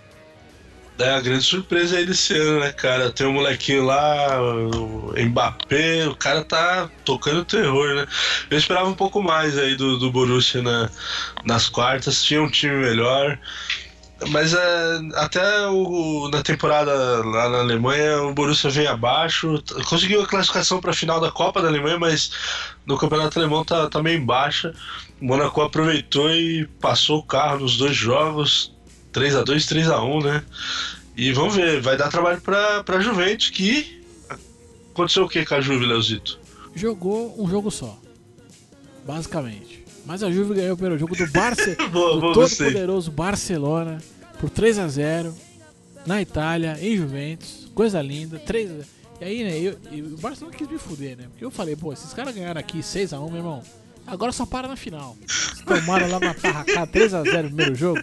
É a grande surpresa aí desse ano, né, cara? Tem um molequinho lá, o Mbappé, o cara tá tocando terror, né? Eu esperava um pouco mais aí do, do Borussia na, nas quartas, tinha um time melhor. Mas é, até o, na temporada lá na Alemanha, o Borussia vem abaixo. Conseguiu a classificação para a final da Copa da Alemanha, mas no campeonato alemão tá, tá meio baixa. O Monaco aproveitou e passou o carro nos dois jogos. três a dois, três a um, né? E vamos ver, vai dar trabalho pra, pra Juventus, que... Aconteceu o que com a Juve, Leozito? Jogou um jogo só, basicamente. Mas a Juve ganhou pelo jogo do Barça, boa, do boa, todo-poderoso Barcelona, por três a zero, na Itália, em Juventus. Coisa linda, três a zero. E aí, né, eu, eu, o Barcelona quis me fuder, né? Porque eu falei, pô, esses caras ganharam aqui seis a um, meu irmão. Agora só para na final. Eles tomaram lá na tarracada três a zero no primeiro jogo.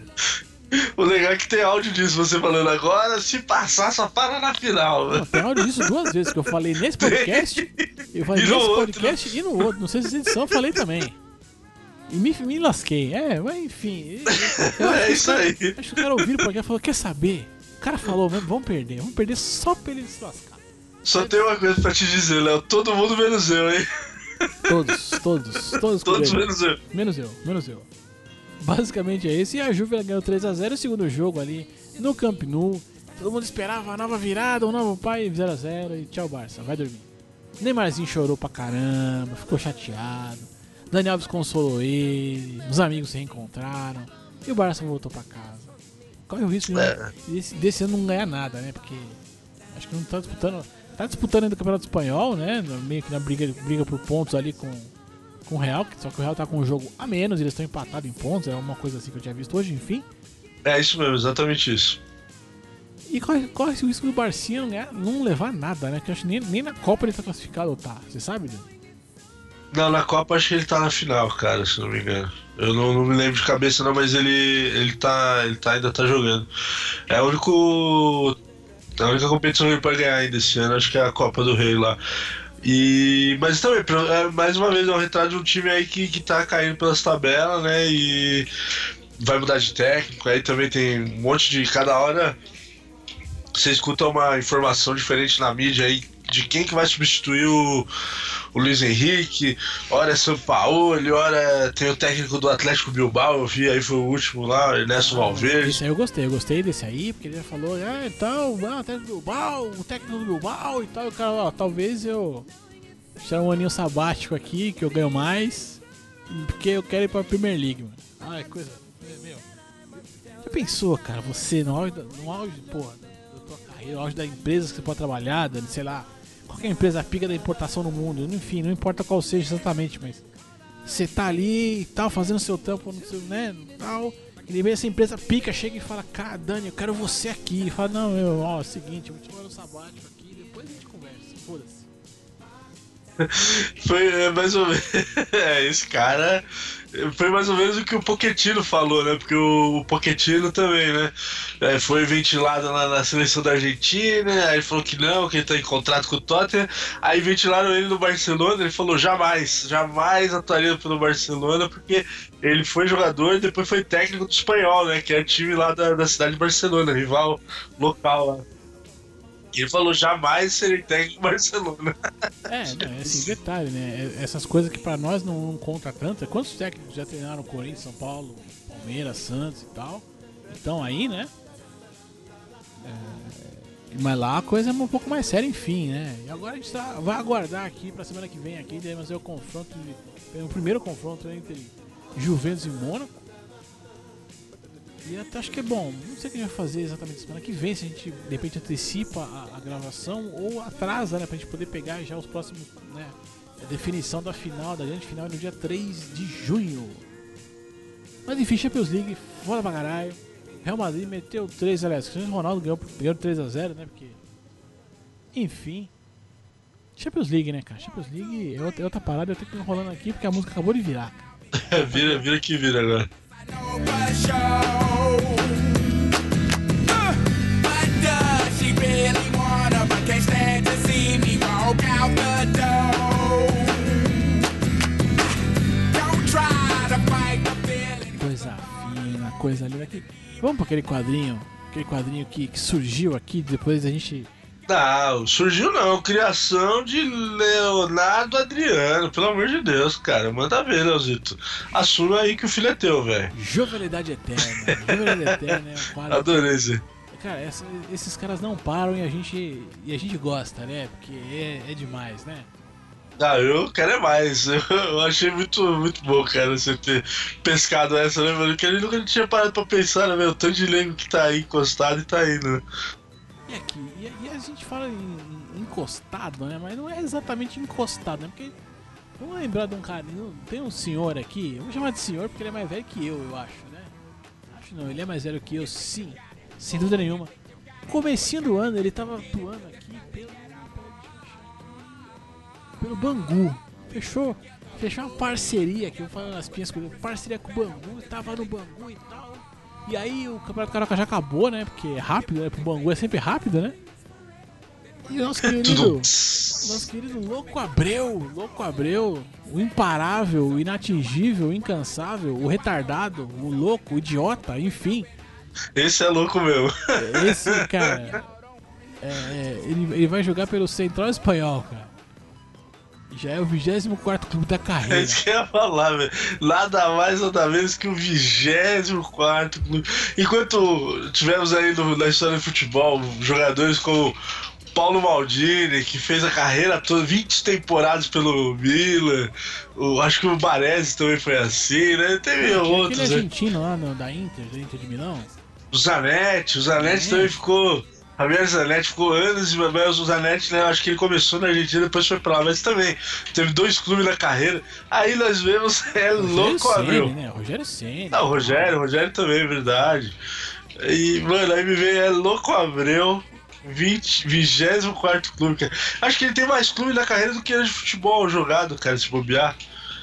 O legal é que tem áudio disso, você falando agora, se passar, só para na final. Não, tem áudio disso duas vezes, que eu falei nesse podcast, eu falei E nesse no outro, podcast né? e no outro. Não sei se essa edição eu falei também. E me, me lasquei. É, mas enfim. Eu acho É que o isso cara- aí. Acho que o cara ouviu porque falou, quer saber? O cara falou mesmo, vamos perder. Vamos perder só pra ele se lascar. Só tem uma coisa pra te dizer, Léo, todo mundo menos eu, hein? Todos, todos, todos. Todos com ele. menos eu. Menos eu, menos eu. Basicamente é isso. E a Juve ela ganhou três a zero. O segundo jogo ali no Camp Nou. Todo mundo esperava a nova virada, um novo pai, zero a zero. E tchau, Barça, vai dormir. Neymarzinho chorou pra caramba, ficou chateado. Dani Alves consolou ele. Os amigos se reencontraram. E o Barça voltou pra casa. Corre o risco de É. não- desse, desse ano não ganhar nada, né? Porque acho que não tá disputando. Tá disputando ainda o Campeonato Espanhol, né? no- Meio que na briga, briga por pontos ali com. Com o Real, só que o Real tá com um jogo a menos, eles estão empatados em pontos, é uma coisa assim que eu tinha visto hoje, enfim. É isso mesmo, exatamente isso. E corre, corre o risco do Barcinha não, ganhar, não levar nada, né? Que eu acho que nem, nem na Copa ele tá classificado ou tá, você sabe, Dan? Não, na Copa acho que ele tá na final, cara, se não me engano. Eu não, não me lembro de cabeça não, mas ele, ele, tá, ele tá, ainda tá jogando. É o único... A única competição que ele pode ganhar ainda esse ano, acho que é a Copa do Rei lá. E, mas também, pra- é, mais uma vez, é um retrato de um time aí que, que tá caindo pelas tabelas, né? E vai mudar de técnico. Aí também tem um monte de. Cada hora você escuta uma informação diferente na mídia aí de quem que vai substituir o, o Luiz Henrique. Ora é Sampaoli, ora tem o técnico do Atlético Bilbao, eu vi aí, foi o último lá, Ernesto Valverde. Esse aí eu gostei, eu gostei desse aí, porque ele já falou, ah, então, ah, o técnico do Bilbao, o técnico do Bilbao e tal, e o cara, ó, talvez eu tirar um aninho sabático aqui, que eu ganho mais, porque eu quero ir pra Premier League, mano. Ai, coisa, meu. Já pensou, cara, você no auge, da- no auge, porra, da tua carreira, no auge da empresa que você pode trabalhar, dando, sei lá, qualquer empresa pica da importação no mundo, enfim, não importa qual seja exatamente, mas você tá ali e tal, fazendo seu tampo, no seu, né, tal, e de repente essa empresa pica, chega e fala, cara, Dani, eu quero você aqui. E fala, não, eu, ó, é o seguinte, eu vou te mandar um sabático aqui, depois a gente conversa, foda-se. Foi é, mais ou menos. É, esse cara. Foi mais ou menos o que o Pochettino falou, né? Porque o, o Pochettino também, né? É, foi ventilado lá na seleção da Argentina, aí ele falou que não, que ele tá em contrato com o Tottenham. Aí ventilaram ele no Barcelona, ele falou jamais, jamais atuaria pelo Barcelona, porque ele foi jogador e depois foi técnico do Espanhol, né? Que é o time lá da, da cidade de Barcelona, rival local lá. E ele falou, jamais serei técnico do Barcelona. É, não, é assim, detalhe, né? Essas coisas que pra nós não, não conta tanto. Quantos técnicos já treinaram Corinthians, São Paulo, Palmeiras, Santos e tal? Então aí, né? É, mas lá a coisa é um pouco mais séria, enfim, né? E agora a gente tá, vai aguardar aqui pra semana que vem aqui, devemos ter o confronto, de, o primeiro confronto entre Juventus e Mônaco. E até acho que é bom, não sei o que a gente vai fazer exatamente semana que vem, se a gente de repente antecipa a, a gravação ou atrasa, né, pra gente poder pegar já os próximos, né, a definição da final, da grande final no dia três de junho. Mas enfim, Champions League, foda pra caralho. Real Madrid meteu três, aliás, o Ronaldo ganhou, ganhou três a zero, né, porque... Enfim. Champions League, né, cara, Champions League é outra, é outra parada, eu tenho que ir enrolando aqui porque a música acabou de virar, cara. vira, vira que vira agora. Coisa fina, coisa linda aqui. Vamos para aquele quadrinho, aquele quadrinho que, que surgiu aqui depois da gente. Não, surgiu não, criação de Leonardo Adriano, pelo amor de Deus, cara, manda ver, Leozito. Assuma aí que o filho é teu, velho. Jovialidade Eterna, Jovialidade Eterna é um quadro. Adorei isso. Cara, essa, esses caras não param e a gente, e a gente gosta, né, porque é, é demais, né? Ah, eu quero é mais, eu, eu achei muito, muito bom, cara, você ter pescado essa, né, mano, porque ele nunca tinha parado pra pensar, né, meu, o tanto de nego que tá aí encostado e tá aí, né. E aqui, e, e a gente fala em, em encostado, né? Mas não é exatamente encostado, né? Porque vamos lembrar de um cara, tem um senhor aqui, eu vou chamar de senhor porque ele é mais velho que eu, eu acho, né? Acho não, ele é mais velho que eu, sim, sem dúvida nenhuma. Comecinho do ano ele tava atuando aqui pelo, pelo Bangu, fechou, fechou uma parceria aqui, eu vou falar nas pinhas com ele, parceria com o Bangu, tava no Bangu e tal. E aí o Campeonato Carioca já acabou, né? Porque é rápido, né? Pro Bangu é sempre rápido, né? E o nosso querido, nosso querido Louco Abreu, Louco Abreu, o imparável, o inatingível, o incansável, o retardado, o louco, o idiota, enfim. Esse é louco mesmo. Esse, cara, é, é, ele, ele vai jogar pelo Central Espanhol, cara. Já é o vigésimo quarto clube da carreira. É isso que eu ia falar, velho. Nada mais, nada menos que o vigésimo quarto clube. Enquanto tivemos aí no, na história do futebol jogadores como Paulo Maldini, que fez a carreira toda, vinte temporadas pelo Milan. O, acho que o Baresi também foi assim, né? Teve é, outros. Aquele né? argentino lá no, da Inter, da Inter de Milão. O Zanetti, o Zanetti é. também ficou. Javier Zanetti ficou anos e mas o Zanetti, né? Acho que ele começou na Argentina e depois foi pra lá, mas também teve dois clubes na carreira. Aí nós vemos, é louco, Abreu. Né? Rogério Ceni. Ah, o Rogério, o Rogério também, é verdade. E, mano, aí me vem é louco Abreu, vigésimo quarto clube, cara. Acho que ele tem mais clube na carreira do que ele de futebol jogado, cara, se bobear.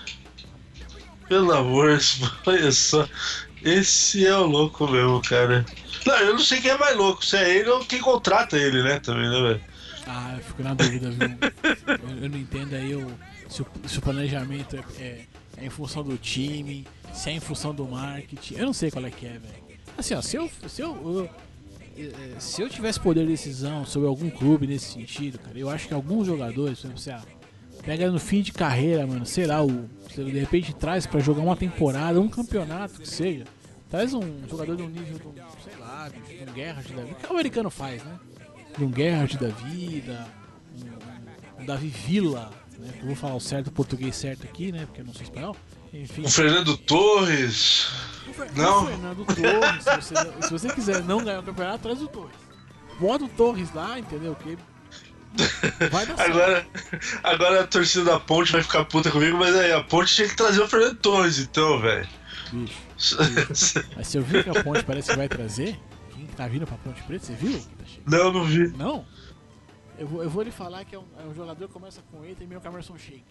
Pelo amor, olha só. Esse é o louco mesmo, cara. Não, eu não sei quem é mais louco, se é ele ou quem contrata ele, né, também, né, velho? Ah, eu fico na dúvida, viu? eu, eu não entendo aí o, se, o, se o planejamento é, é, é em função do time, se é em função do marketing, eu não sei qual é que é, velho. Assim, ó, se eu, se eu, eu, se eu tivesse poder de decisão sobre algum clube nesse sentido, cara, eu acho que alguns jogadores, por exemplo, você, ah, pega no fim de carreira, mano, sei lá, o, você de repente traz pra jogar uma temporada, um campeonato que seja, traz um jogador de um nível, de um, sei lá, de um Gerrard da vida, que o americano faz, né? De um Gerrard da vida, um, um Davi Villa, né? Que eu vou falar o certo, o português certo aqui, né? Porque eu não sou espanhol. Enfim. O Fernando Torres. O Fer não. O Fernando Torres, se você, se você quiser não ganhar o campeonato, traz o Torres. Bota o Torres lá, entendeu? Que Vai dar certo. Agora, agora a torcida da Ponte vai ficar puta comigo, mas aí a Ponte tinha que trazer o Fernando Torres, então, velho. Bicho, bicho. Mas você ouviu que a Ponte parece que vai trazer? Quem tá vindo pra Ponte Preta, você viu? Não, não vi. Não? Eu vou, eu vou lhe falar que é um, é um jogador que começa com E e termina com Emerson Sheik.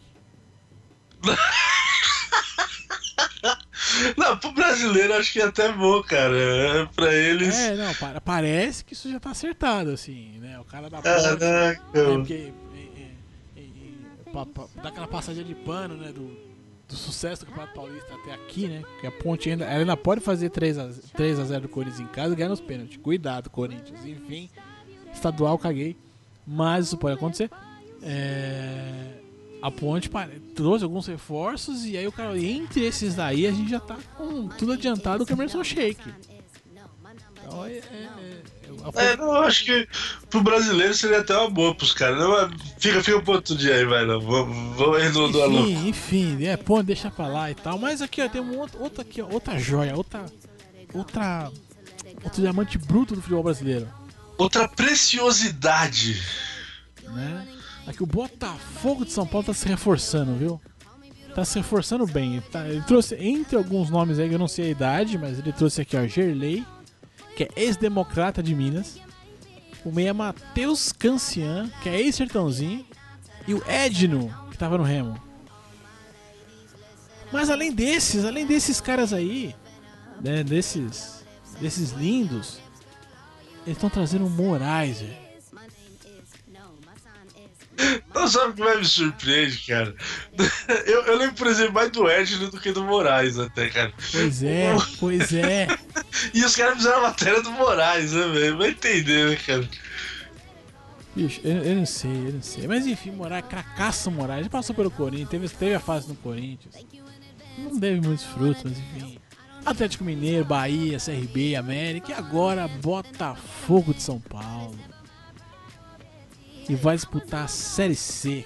Não, pro brasileiro acho que é até bom, cara. É, pra eles. É, não, para, parece que isso já tá acertado, assim, né? O cara da Ponte. Caraca. Né, porque, e, e, e, e, pra, pra, dá aquela passadinha de pano, né? Do, do sucesso do Campeonato Paulista até aqui, né? Porque a Ponte ainda, ela ainda pode fazer três a zero do Corinthians em casa e ganhar nos pênaltis. Cuidado, Corinthians. Enfim, estadual, caguei. Mas isso pode acontecer. É... A Ponte trouxe alguns reforços e aí o cara, entre esses daí, a gente já tá com tudo adiantado com o Emerson Sheik. Então é. é, é Ponte... É, não, eu acho que pro brasileiro seria até uma boa pros caras. Não, fica, fica pro outro dia aí, vai lá. Vamos aí no do aluno. Enfim, enfim, é, pô, deixa pra lá e tal. Mas aqui, ó, tem um outro, outra aqui, ó, outra joia, outra. Outra. Outro diamante bruto do futebol brasileiro. Outra preciosidade. Né? Aqui o Botafogo de São Paulo tá se reforçando, viu? Tá se reforçando bem. Ele, tá, ele trouxe, entre alguns nomes aí, que eu não sei a idade, mas ele trouxe aqui, ó, Gerlei, que é ex-democrata de Minas. O meia Matheus Cancian, que é ex-sertãozinho. E o Edno, que tava no Remo. Mas além desses, além desses caras aí, né, desses, desses lindos, eles estão trazendo o Moraes, velho. Não sabe o que mais me surpreende, cara? Eu, eu lembro, por exemplo, mais do Edno do que do Moraes, até, cara. Pois é, pois é. E os caras fizeram a matéria do Moraes, né, velho? Vai entender, né, cara? Bicho, eu, eu não sei, eu não sei. Mas enfim, Moraes, cracaço Moraes. Já passou pelo Corinthians, teve, teve a fase no Corinthians. Não deve muitos frutos, mas enfim. Atlético Mineiro, Bahia, C R B, América e agora Botafogo de São Paulo. E vai disputar a Série C.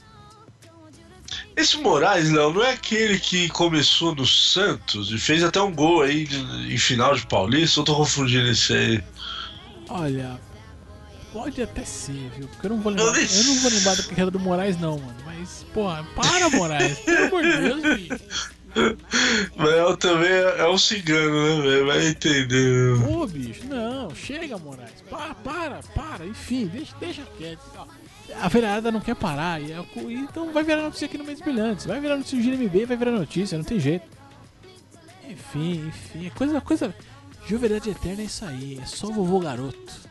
Esse Moraes, Léo, não é aquele que começou no Santos e fez até um gol aí de, em final de Paulista? Ou tô confundindo esse aí? Olha, pode até ser, viu? Porque eu não vou lembrar, eu não vou lembrar da carreira do Moraes, não, mano. Mas, porra, para, Moraes. Pelo amor de Deus, bicho. Mas eu também é, é um cigano, né, velho? Vai entender. Ô, bicho, não, chega, Moraes. Para, para, para. Enfim, deixa, deixa quieto. A vereada não quer parar. E é, então vai virar notícia aqui no Mentes Brilhantes. Vai virar notícia do G M B, vai virar notícia, não tem jeito. Enfim, enfim. É coisa, coisa. Juventude eterna é isso aí. É só o vovô garoto.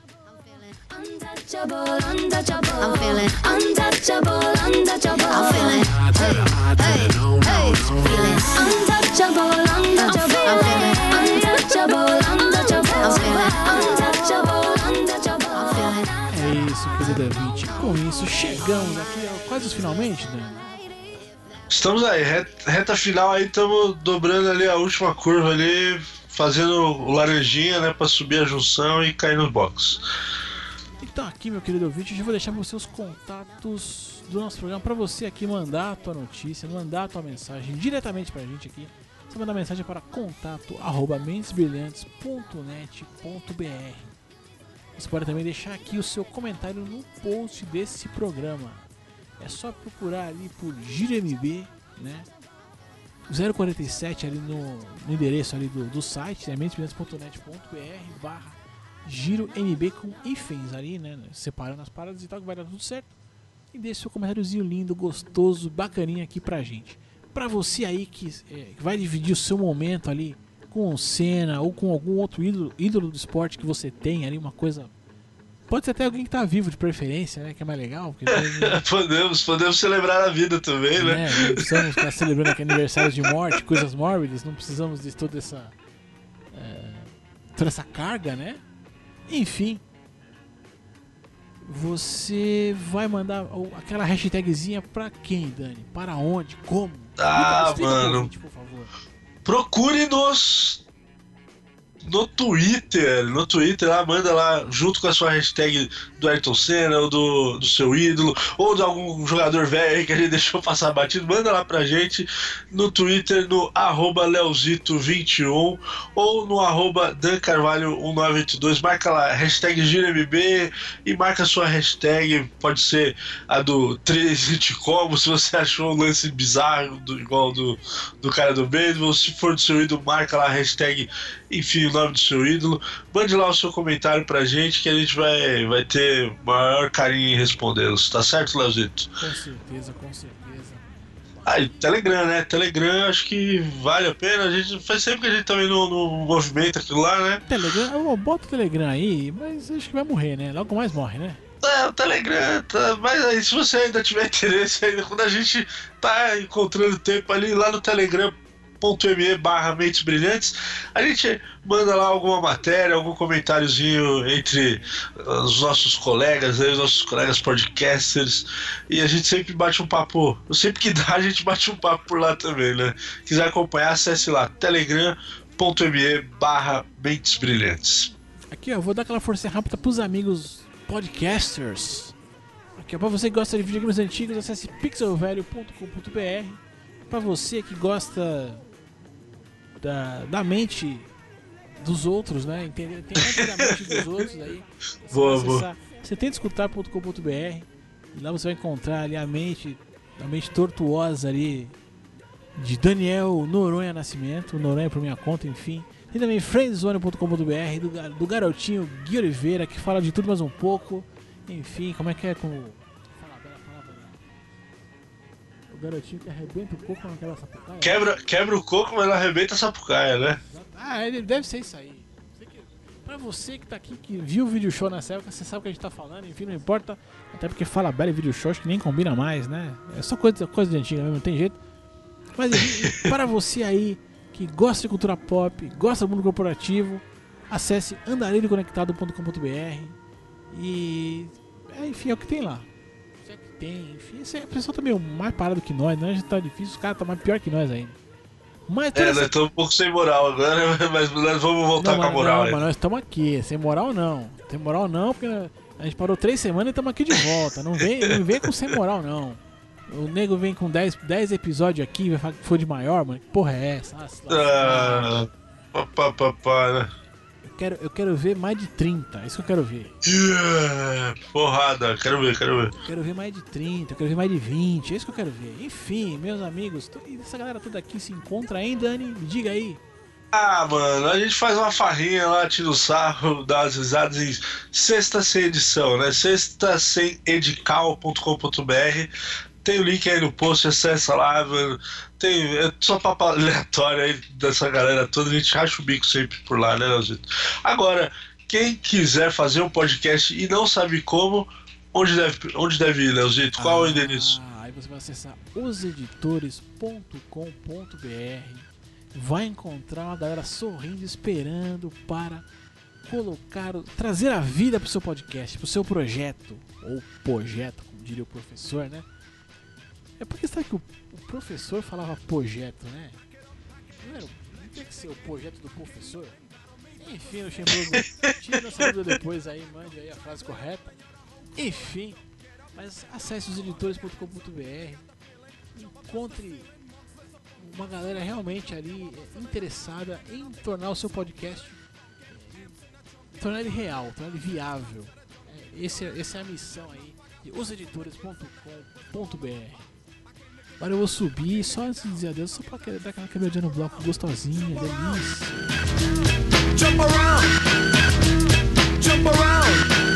I'm feeling untouchable, untouchable. I'm feeling hey, hey, hey, feeling untouchable, untouchable. I'm feeling untouchable, untouchable. I'm feeling untouchable, untouchable. I'm feeling. É isso, querida vinte. Com isso, chegamos aqui ao quase os finalmente, Dani. Estamos aí, reta, reta final aí, estamos dobrando ali a última curva ali, fazendo o laranjinha, né, pra subir a junção e cair nos boxes. Então aqui, meu querido ouvinte, eu já vou deixar você os contatos do nosso programa para você aqui mandar a tua notícia, mandar a tua mensagem diretamente pra gente aqui. Você manda mensagem para contato arroba mentes brilhantes ponto net ponto b r. Você pode também deixar aqui o seu comentário no post desse programa. É só procurar ali por Giro M B, né? zero quarenta e sete ali no, no endereço ali do, do site, né? mentes brilhantes ponto net ponto b r barra Giro M B com hífens ali, né? Separando as paradas e tal, que vai dar tudo certo. E deixe seu comentáriozinho lindo, gostoso, bacaninha aqui pra gente. Pra você aí que, é, que vai dividir o seu momento ali com o Senna ou com algum outro ídolo, ídolo do esporte que você tem ali, uma coisa. Pode ser até alguém que tá vivo de preferência, né? Que é mais legal. Porque tem... podemos, podemos celebrar a vida também, né? né? Não precisamos ficar celebrando aqui aniversários de morte, coisas mórbidas, não precisamos de toda essa. É, toda essa carga, né? Enfim, você vai mandar aquela hashtagzinha pra quem, Dani? Para onde? Como? Ah, explica, explica mano. Ouvinte, por favor. Procure-nos no Twitter. No Twitter, lá, manda lá, junto com a sua hashtag do Ayrton Senna, ou do, do seu ídolo, ou de algum jogador velho aí que a gente deixou passar batido, manda lá pra gente no Twitter, no arroba leozito vinte e um, ou no arroba dan carvalho um nove oito dois, marca lá, hashtag GiraMB, e marca a sua hashtag, pode ser a do três como, se você achou um lance bizarro, do, igual do, do cara do beisebol, se for do seu ídolo, marca lá a hashtag, enfim, o nome do seu ídolo, mande lá o seu comentário pra gente, que a gente vai, vai ter maior carinho em respondê-los, tá certo, Leozito? Com certeza, com certeza. Ah, e Telegram, né? Telegram acho que vale a pena, a gente faz sempre que a gente também não, não movimenta aquilo lá, né? Telegram, eu boto o Telegram aí, mas acho que vai morrer, né? Logo mais morre, né? É, o Telegram, tá, mas aí se você ainda tiver interesse, ainda, quando a gente tá encontrando tempo ali lá no telegram.me barra Mentes Brilhantes, a gente manda lá alguma matéria, algum comentáriozinho entre os nossos colegas, aí, os nossos colegas podcasters, e a gente sempre bate um papo, sempre que dá a gente bate um papo por lá também, né? Quiser acompanhar, acesse lá, telegram.me barra Mentes Brilhantes. Aqui, ó, vou dar aquela força rápida pros amigos podcasters. Aqui, ó, pra você que gosta de videogames antigos, acesse pixelvelho ponto com ponto b r. Pra você que gosta da, da mente dos outros, né? Entendeu? Tem mais da mente dos outros aí. Boa, acessar boa. setenta escutar ponto com ponto b r. E lá você vai encontrar ali a mente, a mente tortuosa ali de Daniel Noronha Nascimento, Noronha por minha conta, enfim. Tem também friendzone ponto com ponto b r, do, do garotinho Gui Oliveira, que fala de tudo mais um pouco. Enfim, como é que é com o... Fala a bela palavra, né? O garotinho que arrebenta o coco naquela sapucaia. Quebra, quebra o coco, mas não arrebenta a sapucaia, né? Ah, ele deve ser isso aí. Pra você que tá aqui, que viu o vídeo show na época, você sabe o que a gente tá falando, enfim, não importa. Até porque fala bela e vídeo show, acho que nem combina mais, né? É só coisa, coisa de antiga mesmo, não tem jeito. Mas enfim, para você aí que gosta de cultura pop, gosta do mundo corporativo, acesse andarilho conectado ponto com ponto b r e é, enfim, é o que tem lá. Isso é o que tem, enfim, esse é, o pessoal tá meio mais parado que nós, né? Já tá difícil, os caras tá mais pior que nós ainda. Mas É, essa... nós estamos um pouco sem moral agora, mas nós vamos voltar não, com a moral não, aí. mas nós estamos aqui, sem moral não. Sem moral não, porque a gente parou três semanas e estamos aqui de volta. Não vem, não vem com sem moral não. O nego vem com dez episódios aqui e vai falar que foi de maior, mano. Que porra é essa? Ah, pá, pá, pá, pá, né? Eu quero, eu quero ver mais de trinta, é isso que eu quero ver. Yeah, porrada, quero ver, quero ver. Eu quero ver mais de trinta, eu quero ver mais de vinte, é isso que eu quero ver. Enfim, meus amigos, tô, e essa galera toda aqui se encontra aí, Dani? Me diga aí. Ah, mano, a gente faz uma farrinha lá, tira o sarro, dá as risadas em Sexta Sem Edição, né? sexta sem edical ponto com ponto b r. Tem o link aí no post, acessa lá, mano. Tem é só papo aleatório aí dessa galera toda, a gente racha o bico sempre por lá, né, Leozito? Agora, quem quiser fazer um podcast e não sabe como, onde deve, onde deve ir, Leozito? Qual ah, é o endereço? Aí você vai acessar os editores ponto com ponto b r, vai encontrar uma galera sorrindo, esperando para colocar, trazer a vida pro seu podcast, pro seu projeto, ou projeto, como diria o professor, né? É porque sabe que o, o professor falava projeto, né? Não, era, não tinha que ser o projeto do professor? Enfim, o Xembrulho, tira nossa dúvida depois aí, mande aí a frase correta. Enfim, mas acesse os editores ponto com ponto b r, encontre uma galera realmente ali interessada em tornar o seu podcast, tornar ele real, tornar ele viável. Esse, essa é a missão aí de os editores ponto com ponto b r. Agora eu vou subir, só antes de dizer adeus, só pra dar aquela quebradinha no bloco gostosinha, delícia. Jump around, jump around.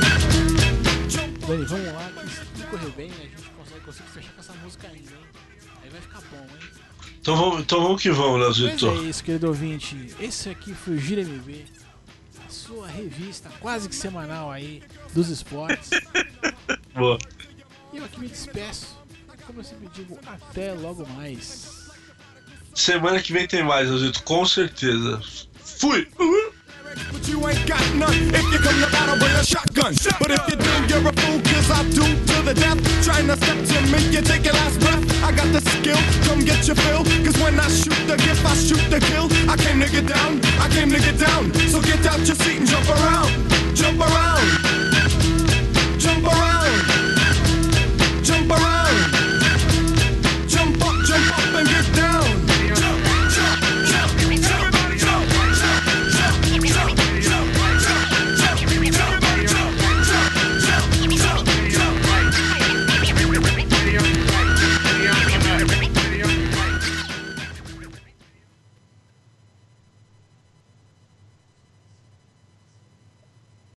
Dani, vamos lá, que se tudo correr bem, a gente consegue, consegue fechar com essa música ainda, hein? Aí vai ficar bom, hein? Então vamos, então vamos que vamos, Leozito. Mas é isso, querido ouvinte. Esse aqui foi o GiraMB, a sua revista quase que semanal aí dos esportes. Boa. E eu aqui me despeço. Como eu sempre digo, até logo mais. Semana que vem tem mais, Leozito, com certeza. Fui! Uhul. But you ain't got none. If you come to battle, bring a shotgun. But if you do, you're a fool, cause I do to the death. Trying to step to me, you take your last breath. I got the skill, come get your fill. Cause when I shoot the gift, I shoot the kill. I came to get down, I came to get down. So get